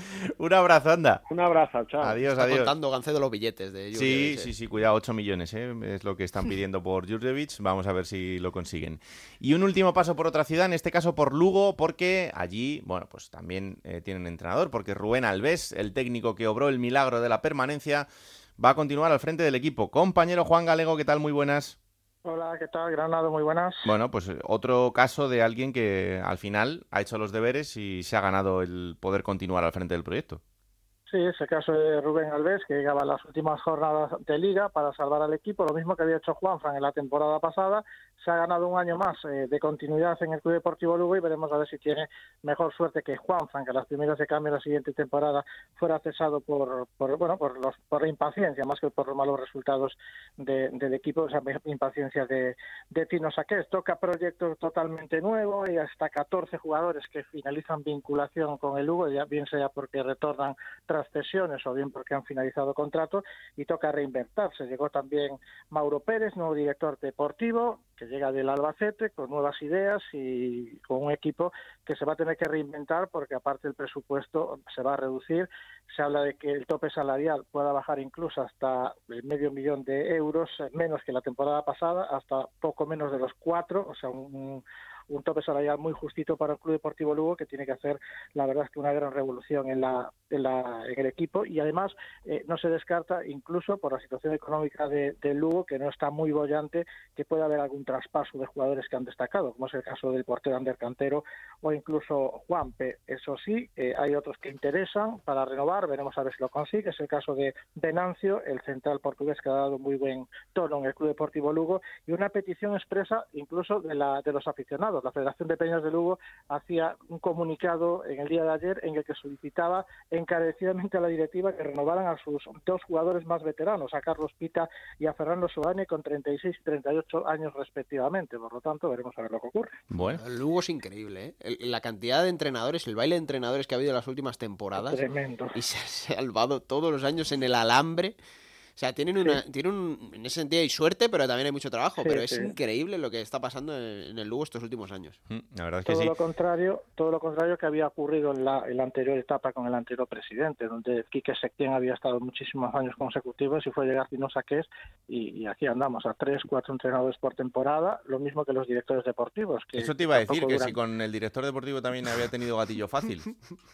Un abrazo, anda. Un abrazo, chao. Adiós, está adiós. contando Gancedo los billetes de Jurjevic. Sí, sí, sí, cuidado, ocho millones, ¿eh? Es lo que están pidiendo por Jurjevic. Vamos a ver si lo consiguen. Y un último paso por otra ciudad, en este caso por Lugo, porque allí, bueno, pues también eh, tienen entrenador, porque Rubén Alves, el técnico que obró el milagro de la permanencia, va a continuar al frente del equipo. Compañero Juan Galego, ¿qué tal? Muy buenas. Hola, ¿qué tal? Granado, muy buenas. Bueno, pues otro caso de alguien que al final ha hecho los deberes y se ha ganado el poder continuar al frente del proyecto. Sí, es el caso de Rubén Alves, que llegaba a las últimas jornadas de Liga para salvar al equipo, lo mismo que había hecho Juanfran en la temporada pasada. se ha ganado un año más eh, de continuidad en el Club Deportivo Lugo y veremos a ver si tiene mejor suerte que Juanfran, que las primeras de cambio de la siguiente temporada fuera cesado por, por bueno por los por la impaciencia más que por los malos resultados de, del equipo, o sea, impaciencia de, de Tino Saqués. Toca proyecto totalmente nuevo y hasta catorce jugadores que finalizan vinculación con el Lugo, ya bien sea porque retornan tras cesiones o bien porque han finalizado contrato, y toca reinventarse. Llegó también Mauro Pérez, nuevo director deportivo, que llega del Albacete con nuevas ideas y con un equipo que se va a tener que reinventar porque aparte el presupuesto se va a reducir. Se habla de que el tope salarial pueda bajar incluso hasta el medio millón de euros, menos que la temporada pasada, hasta poco menos de los cuatro, o sea, un, un tope salarial muy justito para el Club Deportivo Lugo, que tiene que hacer, la verdad es que una gran revolución en la en, la, en el equipo, y además eh, no se descarta, incluso por la situación económica de, de Lugo, que no está muy bollante, que pueda haber algún traspaso de jugadores que han destacado, como es el caso del portero Ander Cantero o incluso Juanpe. Eso sí, eh, hay otros que interesan para renovar, veremos a ver si lo consigue. Es el caso de Venancio, el central portugués, que ha dado muy buen tono en el Club Deportivo Lugo, y una petición expresa incluso de, la, de los aficionados. La Federación de Peñas de Lugo hacía un comunicado en el día de ayer en el que solicitaba encarecidamente a la directiva que renovaran a sus dos jugadores más veteranos, a Carlos Pita y a Fernando Soane, con treinta y seis y treinta y ocho años respectivamente. Por lo tanto, veremos a ver lo que ocurre. Bueno, el Lugo es increíble, ¿eh? El, la cantidad de entrenadores, el baile de entrenadores que ha habido en las últimas temporadas. Tremendo. Y se, se ha salvado todos los años en el alambre. O sea, tienen una, sí. tienen un, en ese sentido hay suerte, pero también hay mucho trabajo. Sí, pero es sí. increíble lo que está pasando en, en el Lugo estos últimos años. La verdad es que todo sí. lo contrario, todo lo contrario que había ocurrido en la, en la anterior etapa con el anterior presidente, donde Quique Setién había estado muchísimos años consecutivos y fue llegar Tino Saqués, y, y aquí andamos a tres, cuatro entrenadores por temporada, lo mismo que los directores deportivos. Que Eso te iba a decir, que duran... si con el director deportivo también había tenido gatillo fácil.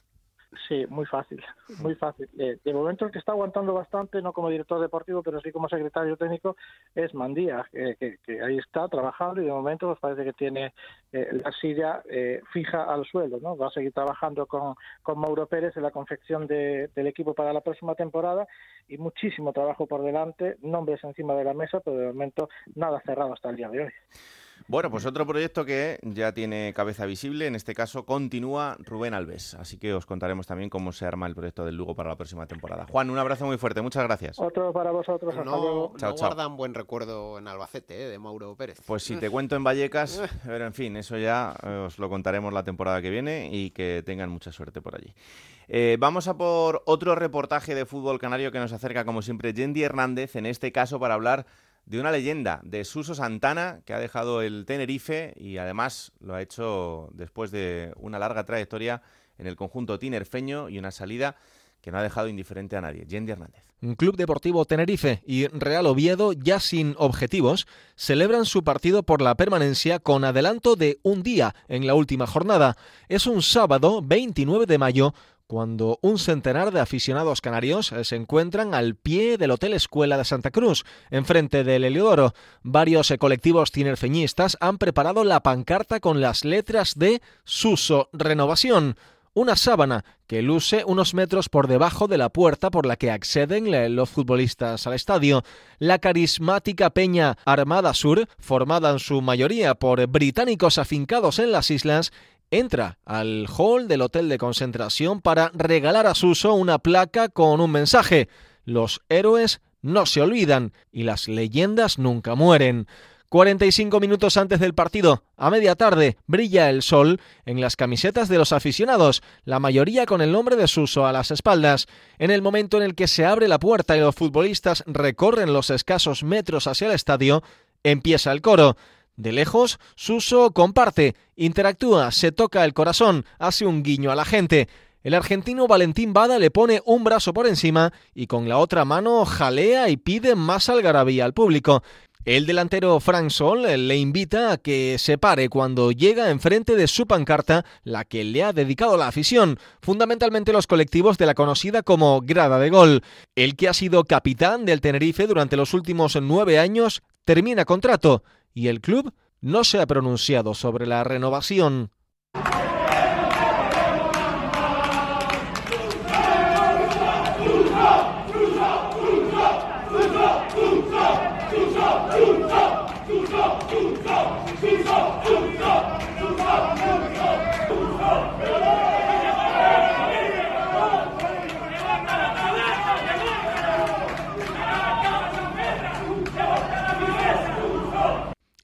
Sí, muy fácil, muy fácil. Eh, de momento el que está aguantando bastante, no como director deportivo, pero sí como secretario técnico, es Mandía, eh, que, que ahí está trabajando y de momento pues parece que tiene eh, la silla eh, fija al suelo, ¿no? Va a seguir trabajando con, con Mauro Pérez en la confección de, del equipo para la próxima temporada, y muchísimo trabajo por delante, nombres encima de la mesa, pero de momento nada cerrado hasta el día de hoy. Bueno, pues otro proyecto que ya tiene cabeza visible, en este caso continúa Rubén Alves, así que os contaremos también cómo se arma el proyecto del Lugo para la próxima temporada. Juan, un abrazo muy fuerte, muchas gracias. Otro para vosotros, hasta no, luego. No chao, chao. guardan buen recuerdo en Albacete, ¿eh? De Mauro Pérez. Pues si te cuento en Vallecas, pero en fin, eso ya os lo contaremos la temporada que viene, y que tengan mucha suerte por allí. Eh, vamos a por otro reportaje de fútbol canario que nos acerca, como siempre, Yendi Hernández, en este caso para hablar de una leyenda, de Suso Santana, que ha dejado el Tenerife y además lo ha hecho después de una larga trayectoria en el conjunto tinerfeño y una salida que no ha dejado indiferente a nadie. Yendi Hernández. Club Deportivo Tenerife y Real Oviedo, ya sin objetivos, celebran su partido por la permanencia con adelanto de un día en la última jornada. Es un sábado veintinueve de mayo, cuando un centenar de aficionados canarios se encuentran al pie del Hotel Escuela de Santa Cruz, enfrente del Heliodoro. Varios colectivos tinerfeñistas han preparado la pancarta con las letras de Suso Renovación, una sábana que luce unos metros por debajo de la puerta por la que acceden los futbolistas al estadio. La carismática peña Armada Sur, formada en su mayoría por británicos afincados en las islas, entra al hall del hotel de concentración para regalar a Suso una placa con un mensaje: los héroes no se olvidan y las leyendas nunca mueren. cuarenta y cinco minutos antes del partido, a media tarde, brilla el sol en las camisetas de los aficionados, la mayoría con el nombre de Suso a las espaldas. En el momento en el que se abre la puerta y los futbolistas recorren los escasos metros hacia el estadio, empieza el coro. De lejos, Suso comparte, interactúa, se toca el corazón, hace un guiño a la gente. El argentino Valentín Bada le pone un brazo por encima y con la otra mano jalea y pide más algarabía al público. El delantero Frank Sol le invita a que se pare cuando llega enfrente de su pancarta, la que le ha dedicado la afición, fundamentalmente los colectivos de la conocida como Grada de Gol. El que ha sido capitán del Tenerife durante los últimos nueve años termina contrato y el club no se ha pronunciado sobre la renovación.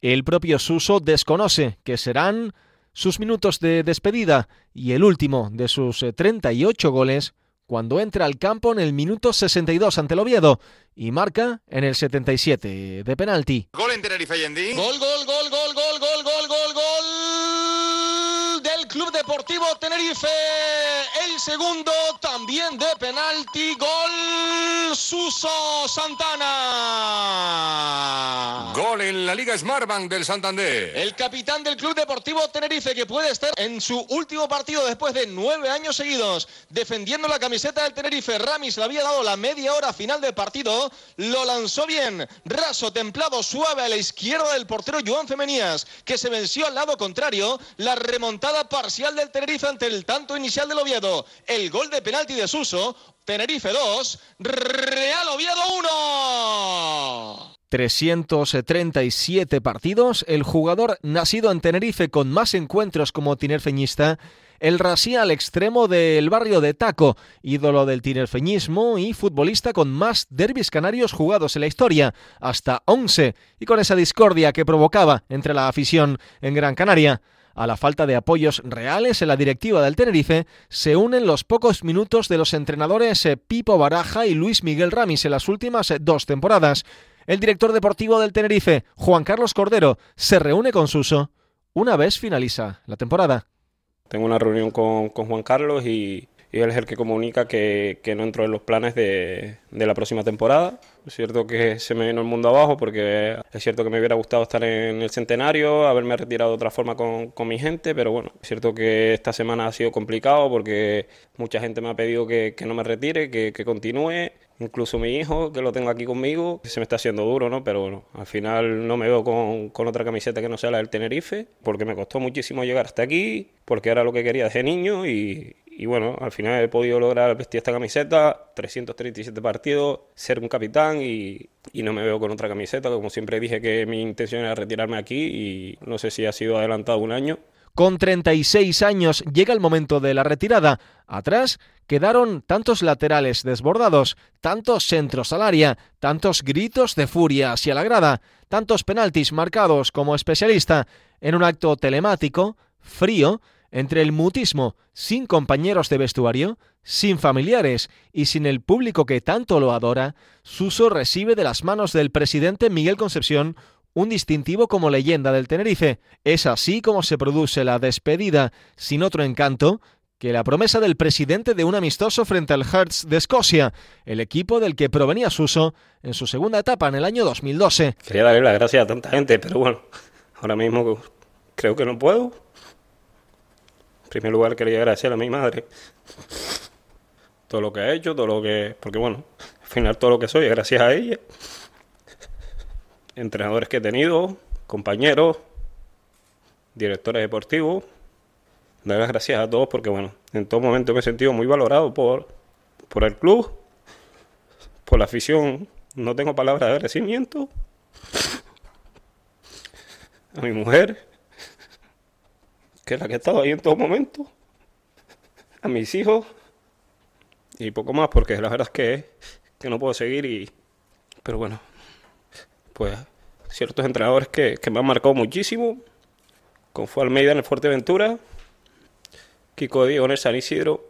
El propio Suso desconoce que serán sus minutos de despedida y el último de sus treinta y ocho goles cuando entra al campo en el minuto sesenta y dos ante el Oviedo y marca en el setenta y siete de penalti. Gol en Tenerife, Yendi. Gol, gol, gol, gol, gol, gol, gol, gol, gol del Club Deportivo Tenerife. El segundo también de penalti. Gol Suso Santana. Gol en la Liga Smartbank del Santander. El capitán del Club Deportivo Tenerife, que puede estar en su último partido después de nueve años seguidos defendiendo la camiseta del Tenerife. Ramis le había dado la media hora final del partido. Lo lanzó bien, raso, templado, suave a la izquierda del portero Joan Femenías, que se venció al lado contrario. La remontada parcial del Tenerife ante el tanto inicial del Oviedo. El gol de penalti de Suso. Tenerife dos, Real Oviedo uno. trescientos treinta y siete partidos, el jugador nacido en Tenerife con más encuentros como tinerfeñista, el rasí al extremo del barrio de Taco, ídolo del tinerfeñismo y futbolista con más derbis canarios jugados en la historia, hasta once, y con esa discordia que provocaba entre la afición en Gran Canaria. A la falta de apoyos reales en la directiva del Tenerife se unen los pocos minutos de los entrenadores Pipo Baraja y Luis Miguel Ramis en las últimas dos temporadas. El director deportivo del Tenerife, Juan Carlos Cordero, se reúne con Suso una vez finaliza la temporada. Tengo una reunión con, con Juan Carlos y, y él es el que comunica que, que no entro en los planes de, de la próxima temporada. Es cierto que se me vino el mundo abajo porque es cierto que me hubiera gustado estar en el centenario, haberme retirado de otra forma con, con mi gente, pero bueno, es cierto que esta semana ha sido complicado porque mucha gente me ha pedido que, que no me retire, que, que continúe, incluso mi hijo, que lo tengo aquí conmigo, se me está haciendo duro, ¿no? Pero bueno, al final no me veo con, con otra camiseta que no sea la del Tenerife, porque me costó muchísimo llegar hasta aquí, porque era lo que quería desde niño y... Y bueno, al final he podido lograr vestir esta camiseta, trescientos treinta y siete partidos, ser un capitán y, y no me veo con otra camiseta. Como siempre dije que mi intención era retirarme aquí y no sé si ha sido adelantado un año. Con treinta y seis años llega el momento de la retirada. Atrás quedaron tantos laterales desbordados, tantos centros al área, tantos gritos de furia hacia la grada, tantos penaltis marcados como especialista en un acto telemático, frío, entre el mutismo, sin compañeros de vestuario, sin familiares y sin el público que tanto lo adora, Suso recibe de las manos del presidente Miguel Concepción un distintivo como leyenda del Tenerife. Es así como se produce la despedida, sin otro encanto que la promesa del presidente de un amistoso frente al Hearts de Escocia, el equipo del que provenía Suso en su segunda etapa en el año dos mil doce. Quería darle las gracias a tanta gente, pero bueno, ahora mismo creo que no puedo. En primer lugar quería agradecer a mi madre todo lo que ha hecho, todo lo que... Porque bueno, al final todo lo que soy es gracias a ella. Entrenadores que he tenido, compañeros, directores deportivos. Dar las gracias a todos porque bueno, en todo momento me he sentido muy valorado por, por el club, por la afición. No tengo palabras de agradecimiento. A mi mujer, que es la que ha estado ahí en todo momento, a mis hijos y poco más, porque la verdad es que, que no puedo seguir y... Pero bueno, pues ciertos entrenadores que, que me han marcado muchísimo, como fue Almeida en el Fuerteventura, Kiko Diego en el San Isidro,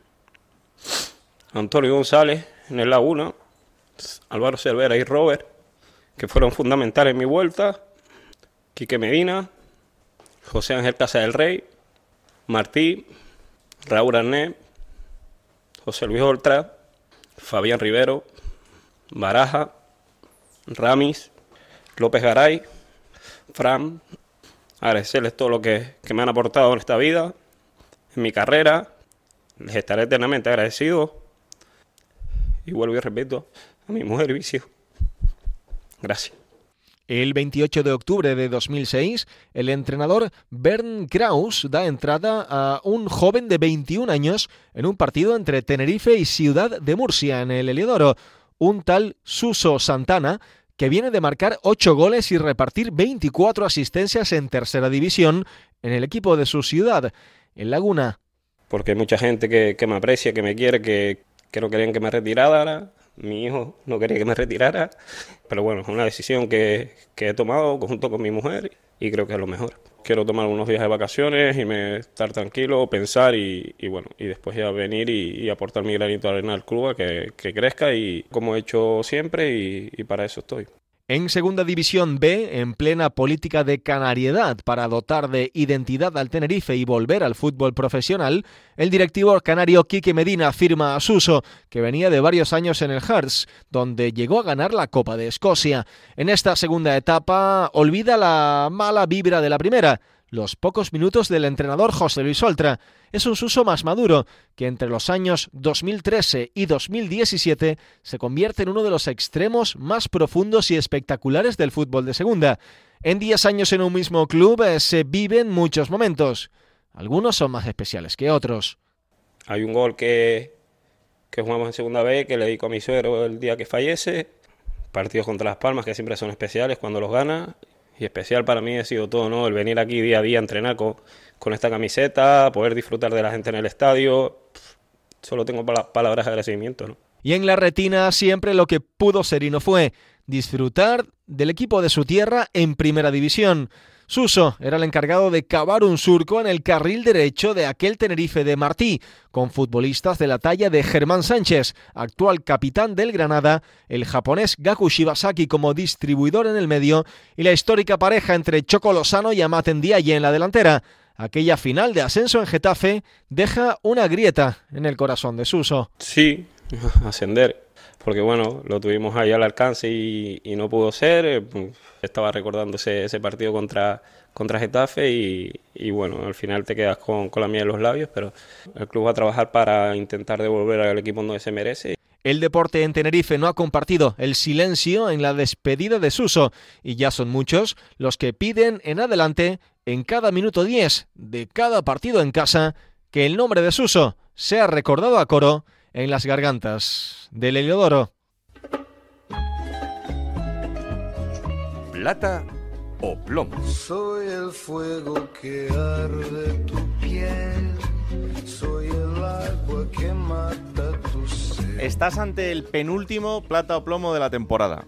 Antonio González en el Laguna, Álvaro Cervera y Robert, que fueron fundamentales en mi vuelta, Quique Medina, José Ángel Casa del Rey, Martí, Raúl Arnés, José Luis Oltra, Fabián Rivero, Baraja, Ramis, López Garay, Fran. Agradecerles todo lo que, que me han aportado en esta vida, en mi carrera. Les estaré eternamente agradecido. Y vuelvo y repito, a mi mujer y mis hijos. Gracias. El veintiocho de octubre de dos mil seis, el entrenador Bernd Kraus da entrada a un joven de veintiún años en un partido entre Tenerife y Ciudad de Murcia en el Heliodoro, un tal Suso Santana, que viene de marcar ocho goles y repartir veinticuatro asistencias en tercera división en el equipo de su ciudad, el Laguna. Porque hay mucha gente que, que me aprecia, que me quiere, que, que no querían que me retirara mi hijo no quería que me retirara, pero bueno, es una decisión que, que he tomado junto con mi mujer y creo que es lo mejor. Quiero tomar unos días de vacaciones y me, estar tranquilo, pensar y, y bueno, y después ya venir y, y aportar mi granito de arena al club a que, que crezca y como he hecho siempre y, y para eso estoy. En Segunda División B, en plena política de canariedad para dotar de identidad al Tenerife y volver al fútbol profesional, el directivo canario Quique Medina afirma a Suso que venía de varios años en el Hearts, donde llegó a ganar la Copa de Escocia. En esta segunda etapa olvida la mala vibra de la primera, los pocos minutos del entrenador José Luis Oltra. Es un Suso más maduro, que entre los años dos mil trece y dos mil diecisiete se convierte en uno de los extremos más profundos y espectaculares del fútbol de segunda. En diez años en un mismo club eh, se viven muchos momentos. Algunos son más especiales que otros. Hay un gol que, que jugamos en segunda B, que le dedico a mi suegro el día que fallece. Partidos contra Las Palmas, que siempre son especiales cuando los gana. Y especial para mí ha sido todo, ¿no? El venir aquí día a día a entrenar con, con esta camiseta, poder disfrutar de la gente en el estadio. Pff, solo tengo pal- palabras de agradecimiento, ¿no? Y en la retina siempre lo que pudo ser y no fue: disfrutar del equipo de su tierra en Primera División. Suso era el encargado de cavar un surco en el carril derecho de aquel Tenerife de Martí, con futbolistas de la talla de Germán Sánchez, actual capitán del Granada, el japonés Gaku Shibasaki como distribuidor en el medio y la histórica pareja entre Choco Lozano y Amat Ndiaye en la delantera. Aquella final de ascenso en Getafe deja una grieta en el corazón de Suso. Sí, ascender. Porque bueno, lo tuvimos ahí al alcance y, y no pudo ser. Estaba recordando ese, ese partido contra, contra Getafe y, y bueno, al final te quedas con, con la miel en los labios, pero el club va a trabajar para intentar devolver al equipo donde se merece. El deporte en Tenerife no ha compartido el silencio en la despedida de Suso y ya son muchos los que piden en adelante, en cada minuto diez de cada partido en casa, que el nombre de Suso sea recordado a coro en las gargantas del Heliodoro. Plata o plomo. Soy el fuego que arde tu piel, soy el agua que mata tu sed. Estás ante el penúltimo plata o plomo de la temporada.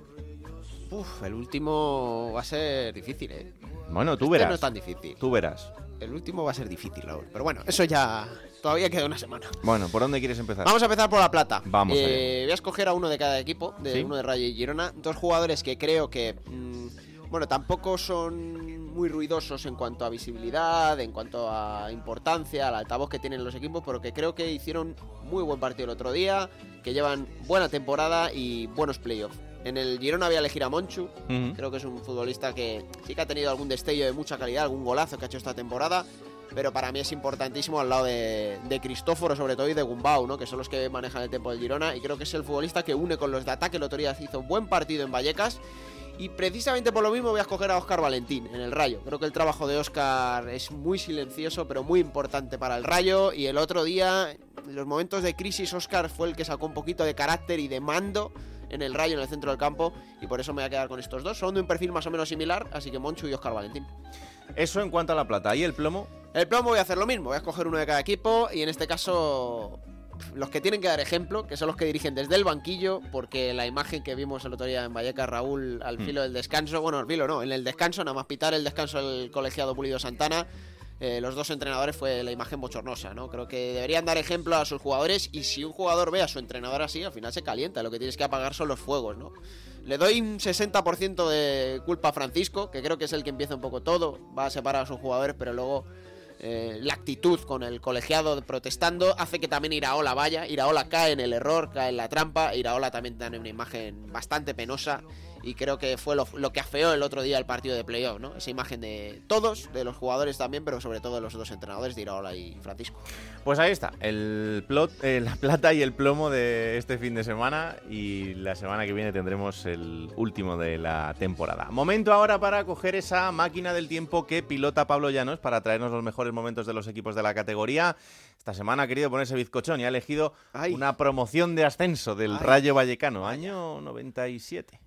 Uf, el último va a ser difícil, ¿eh? Bueno, tú este verás. no es tan difícil. Tú verás. El último va a ser difícil, Raúl. Pero bueno, eso ya... Todavía queda una semana. Bueno, ¿por dónde quieres empezar? Vamos a empezar por la plata. Vamos eh, allá. Voy a escoger a uno de cada equipo, de ¿Sí? uno de Rayo y Girona. Dos jugadores que creo que... Mmm, bueno, tampoco son muy ruidosos en cuanto a visibilidad, en cuanto a importancia, al altavoz que tienen los equipos, pero que creo que hicieron muy buen partido el otro día, que llevan buena temporada y buenos playoffs. En el Girona voy a elegir a Monchu. Uh-huh. Creo que es un futbolista que sí que ha tenido algún destello de mucha calidad, algún golazo que ha hecho esta temporada, pero para mí es importantísimo al lado de, de Cristóforo, sobre todo, y de Gumbau, ¿no? Que son los que manejan el tempo del Girona, y creo que es el futbolista que une con los de ataque. El otro día hizo un buen partido en Vallecas, y precisamente por lo mismo voy a escoger a Óscar Valentín en el Rayo. Creo que el trabajo de Óscar es muy silencioso, pero muy importante para el Rayo, y el otro día, en los momentos de crisis, Óscar fue el que sacó un poquito de carácter y de mando en el Rayo, en el centro del campo, y por eso me voy a quedar con estos dos. Son de un perfil más o menos similar, así que Monchu y Óscar Valentín. Eso en cuanto a la plata. ¿Y el plomo? El plomo voy a hacer lo mismo, voy a escoger uno de cada equipo, y en este caso los que tienen que dar ejemplo, que son los que dirigen desde el banquillo, porque la imagen que vimos el otro día en Vallecas, Raúl, al filo del descanso, bueno, al filo no, en el descanso, nada más pitar el descanso del colegiado Pulido Santana, eh, los dos entrenadores, fue la imagen bochornosa, ¿no? Creo que deberían dar ejemplo a sus jugadores, y si un jugador ve a su entrenador así, al final se calienta, lo que tienes que apagar son los fuegos, ¿no? Le doy un sesenta por ciento de culpa a Francisco, que creo que es el que empieza un poco todo, va a separar a sus jugadores, pero luego eh, la actitud con el colegiado protestando hace que también Iraola vaya. Iraola cae en el error, cae en la trampa. Iraola también tiene una imagen bastante penosa, y creo que fue lo, lo que afeó el otro día el partido de playoff, ¿no? Esa imagen de todos, de los jugadores también, pero sobre todo de los dos entrenadores, de Iraola y Francisco. Pues ahí está, el plot, eh, la plata y el plomo de este fin de semana, y la semana que viene tendremos el último de la temporada. Momento ahora para coger esa máquina del tiempo que pilota Pablo Llanos para traernos los mejores momentos de los equipos de la categoría. Esta semana ha querido ponerse bizcochón y ha elegido Ay. una promoción de ascenso del Ay. Rayo Vallecano, año noventa y siete.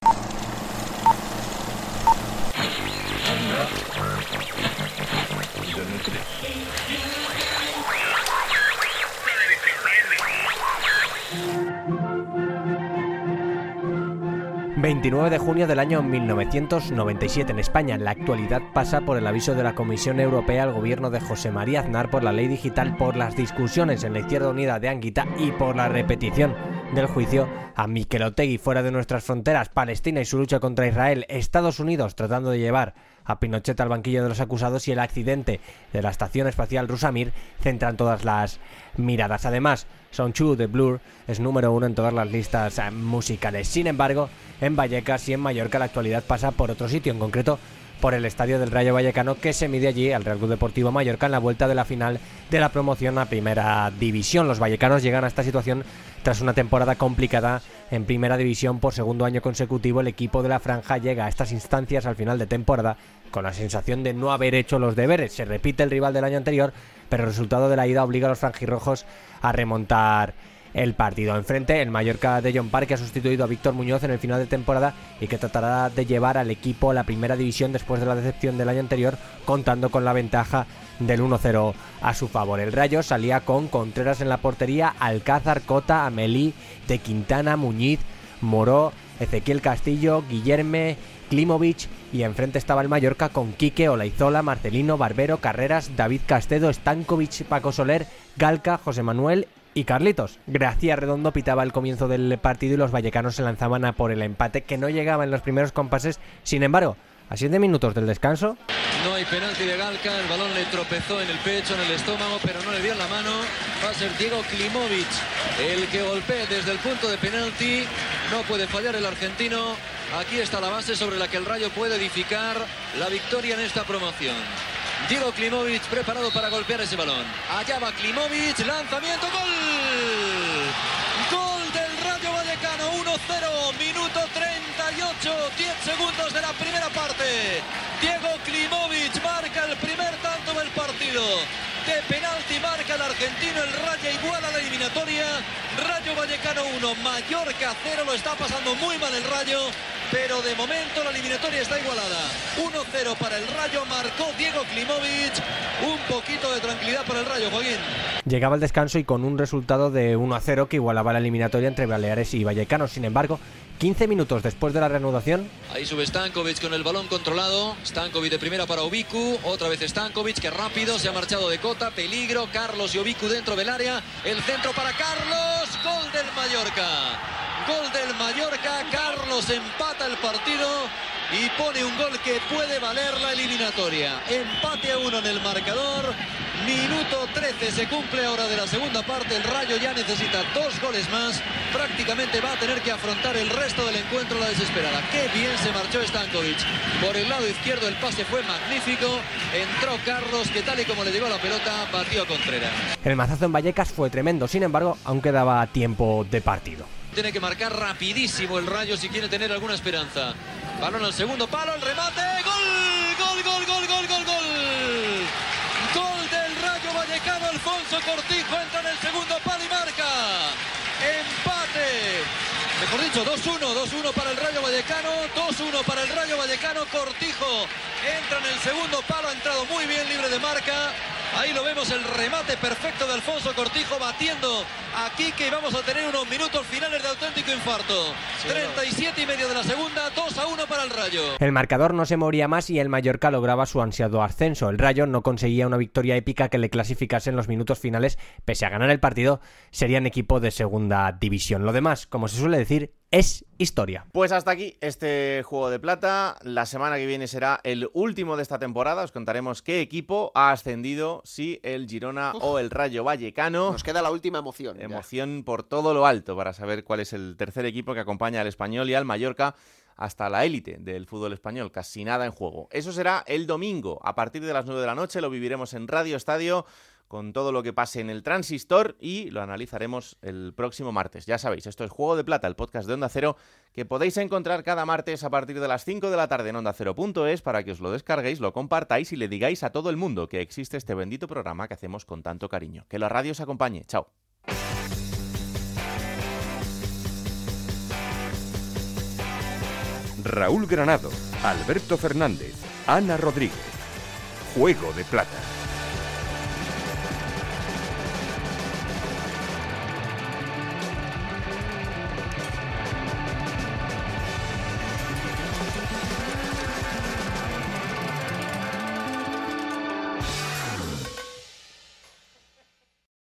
veintinueve de junio del año mil novecientos noventa y siete en España. La actualidad pasa por el aviso de la Comisión Europea al gobierno de José María Aznar por la ley digital, por las discusiones en la Izquierda Unida de Anguita y por la repetición del juicio a Mikel Otegi fuera de nuestras fronteras, Palestina y su lucha contra Israel, Estados Unidos tratando de llevar a Pinochet al banquillo de los acusados y el accidente de la estación espacial rusa Mir centran todas las miradas. Además, Song two de Blur es número uno en todas las listas musicales. Sin embargo, en Vallecas y en Mallorca la actualidad pasa por otro sitio, en concreto por el estadio del Rayo Vallecano, que se mide allí al Real Club Deportivo Mallorca en la vuelta de la final de la promoción a Primera División. Los vallecanos llegan a esta situación tras una temporada complicada en Primera División. Por segundo año consecutivo, el equipo de la franja llega a estas instancias al final de temporada con la sensación de no haber hecho los deberes. Se repite el rival del año anterior, pero el resultado de la ida obliga a los franjirrojos a remontar el partido. Enfrente, el Mallorca de John Park, que ha sustituido a Víctor Muñoz en el final de temporada y que tratará de llevar al equipo a la Primera División después de la decepción del año anterior, contando con la ventaja del uno cero a su favor. El Rayo salía con Contreras en la portería, Alcázar, Cota, Amelí, De Quintana, Muñiz, Moró, Ezequiel Castillo, Guillerme, Klimovic, y enfrente estaba el Mallorca con Quique, Olaizola, Marcelino, Barbero, Carreras, David Castedo, Stankovic, Paco Soler, Galca, José Manuel y Carlitos. Gracia Redondo pitaba el comienzo del partido y los vallecanos se lanzaban a por el empate, que no llegaba en los primeros compases. Sin embargo, a siete minutos del descanso, no hay penalti de Galca, el balón le tropezó en el pecho, en el estómago, pero no le dio en la mano. Va a ser Diego Klimovic el que golpee desde el punto de penalti. No puede fallar el argentino. Aquí está la base sobre la que el Rayo puede edificar la victoria en esta promoción. Diego Klimovic preparado para golpear ese balón. Allá va Klimovic, lanzamiento, gol. Gol del Rayo Vallecano, uno cero, minuto treinta y ocho, diez segundos de la primera parte. Diego Klimovic marca el primer tanto del partido. De penalti marca el argentino, el Rayo iguala la eliminatoria. Rayo Vallecano uno, Mallorca cero, lo está pasando muy mal el Rayo, pero de momento la eliminatoria está igualada. uno cero para el Rayo, marcó Diego Klimovic. Un poquito de tranquilidad para el Rayo, Joaquín. Llegaba el descanso y con un resultado de uno a cero que igualaba la eliminatoria entre Baleares y Vallecanos. Sin embargo, quince minutos después de la reanudación, ahí sube Stankovic con el balón controlado. Stankovic de primera para Obiku. Otra vez Stankovic, que rápido se ha marchado de Cota. Peligro, Carlos y Obiku dentro del área. El centro para Carlos. Gol del Mallorca. Gol del Mallorca. Carlos empata el partido y pone un gol que puede valer la eliminatoria. Empate a uno en el marcador. Minuto trece se cumple ahora de la segunda parte. El Rayo ya necesita dos goles más. Prácticamente va a tener que afrontar el resto del encuentro a la desesperada. Qué bien se marchó Stankovic. Por el lado izquierdo el pase fue magnífico. Entró Carlos, que tal y como le llegó la pelota, batió a Contreras. El mazazo en Vallecas fue tremendo. Sin embargo, aún quedaba tiempo de partido. Tiene que marcar rapidísimo el Rayo si quiere tener alguna esperanza. Balón al segundo palo, el remate. ¡Gol! ¡Gol, gol, gol, gol, gol, gol! Gol del Rayo Vallecano. Alfonso Cortijo entra en el segundo palo y marca. Empate. Mejor dicho, dos uno, dos uno para el Rayo Vallecano, dos uno para el Rayo Vallecano. Cortijo entra en el segundo palo, ha entrado muy bien, libre de marca. Ahí lo vemos, el remate perfecto de Alfonso Cortijo batiendo a Quique, y vamos a tener unos minutos finales de auténtico infarto. treinta y siete y medio de la segunda, dos a uno para el Rayo. El marcador no se moría más y el Mallorca lograba su ansiado ascenso. El Rayo no conseguía una victoria épica que le clasificase en los minutos finales. Pese a ganar el partido, serían equipo de segunda división. Lo demás, como se suele decir, es historia. Pues hasta aquí este Juego de Plata. La semana que viene será el último de esta temporada. Os contaremos qué equipo ha ascendido, si el Girona Uf. o el Rayo Vallecano. Nos queda la última emoción. Emoción ya. Por todo lo alto para saber cuál es el tercer equipo que acompaña al Español y al Mallorca hasta la élite del fútbol español. Casi nada en juego. Eso será el domingo a partir de las nueve de la noche. Lo viviremos en Radio Estadio, con todo lo que pase en el Transistor, y lo analizaremos el próximo martes. Ya sabéis, esto es Juego de Plata, el podcast de Onda Cero, que podéis encontrar cada martes a partir de las cinco de la tarde en onda cero punto es, para que os lo descarguéis, lo compartáis y le digáis a todo el mundo que existe este bendito programa que hacemos con tanto cariño. Que la radio os acompañe. Chao. Raúl Granado, Alberto Fernández, Ana Rodríguez. Juego de Plata.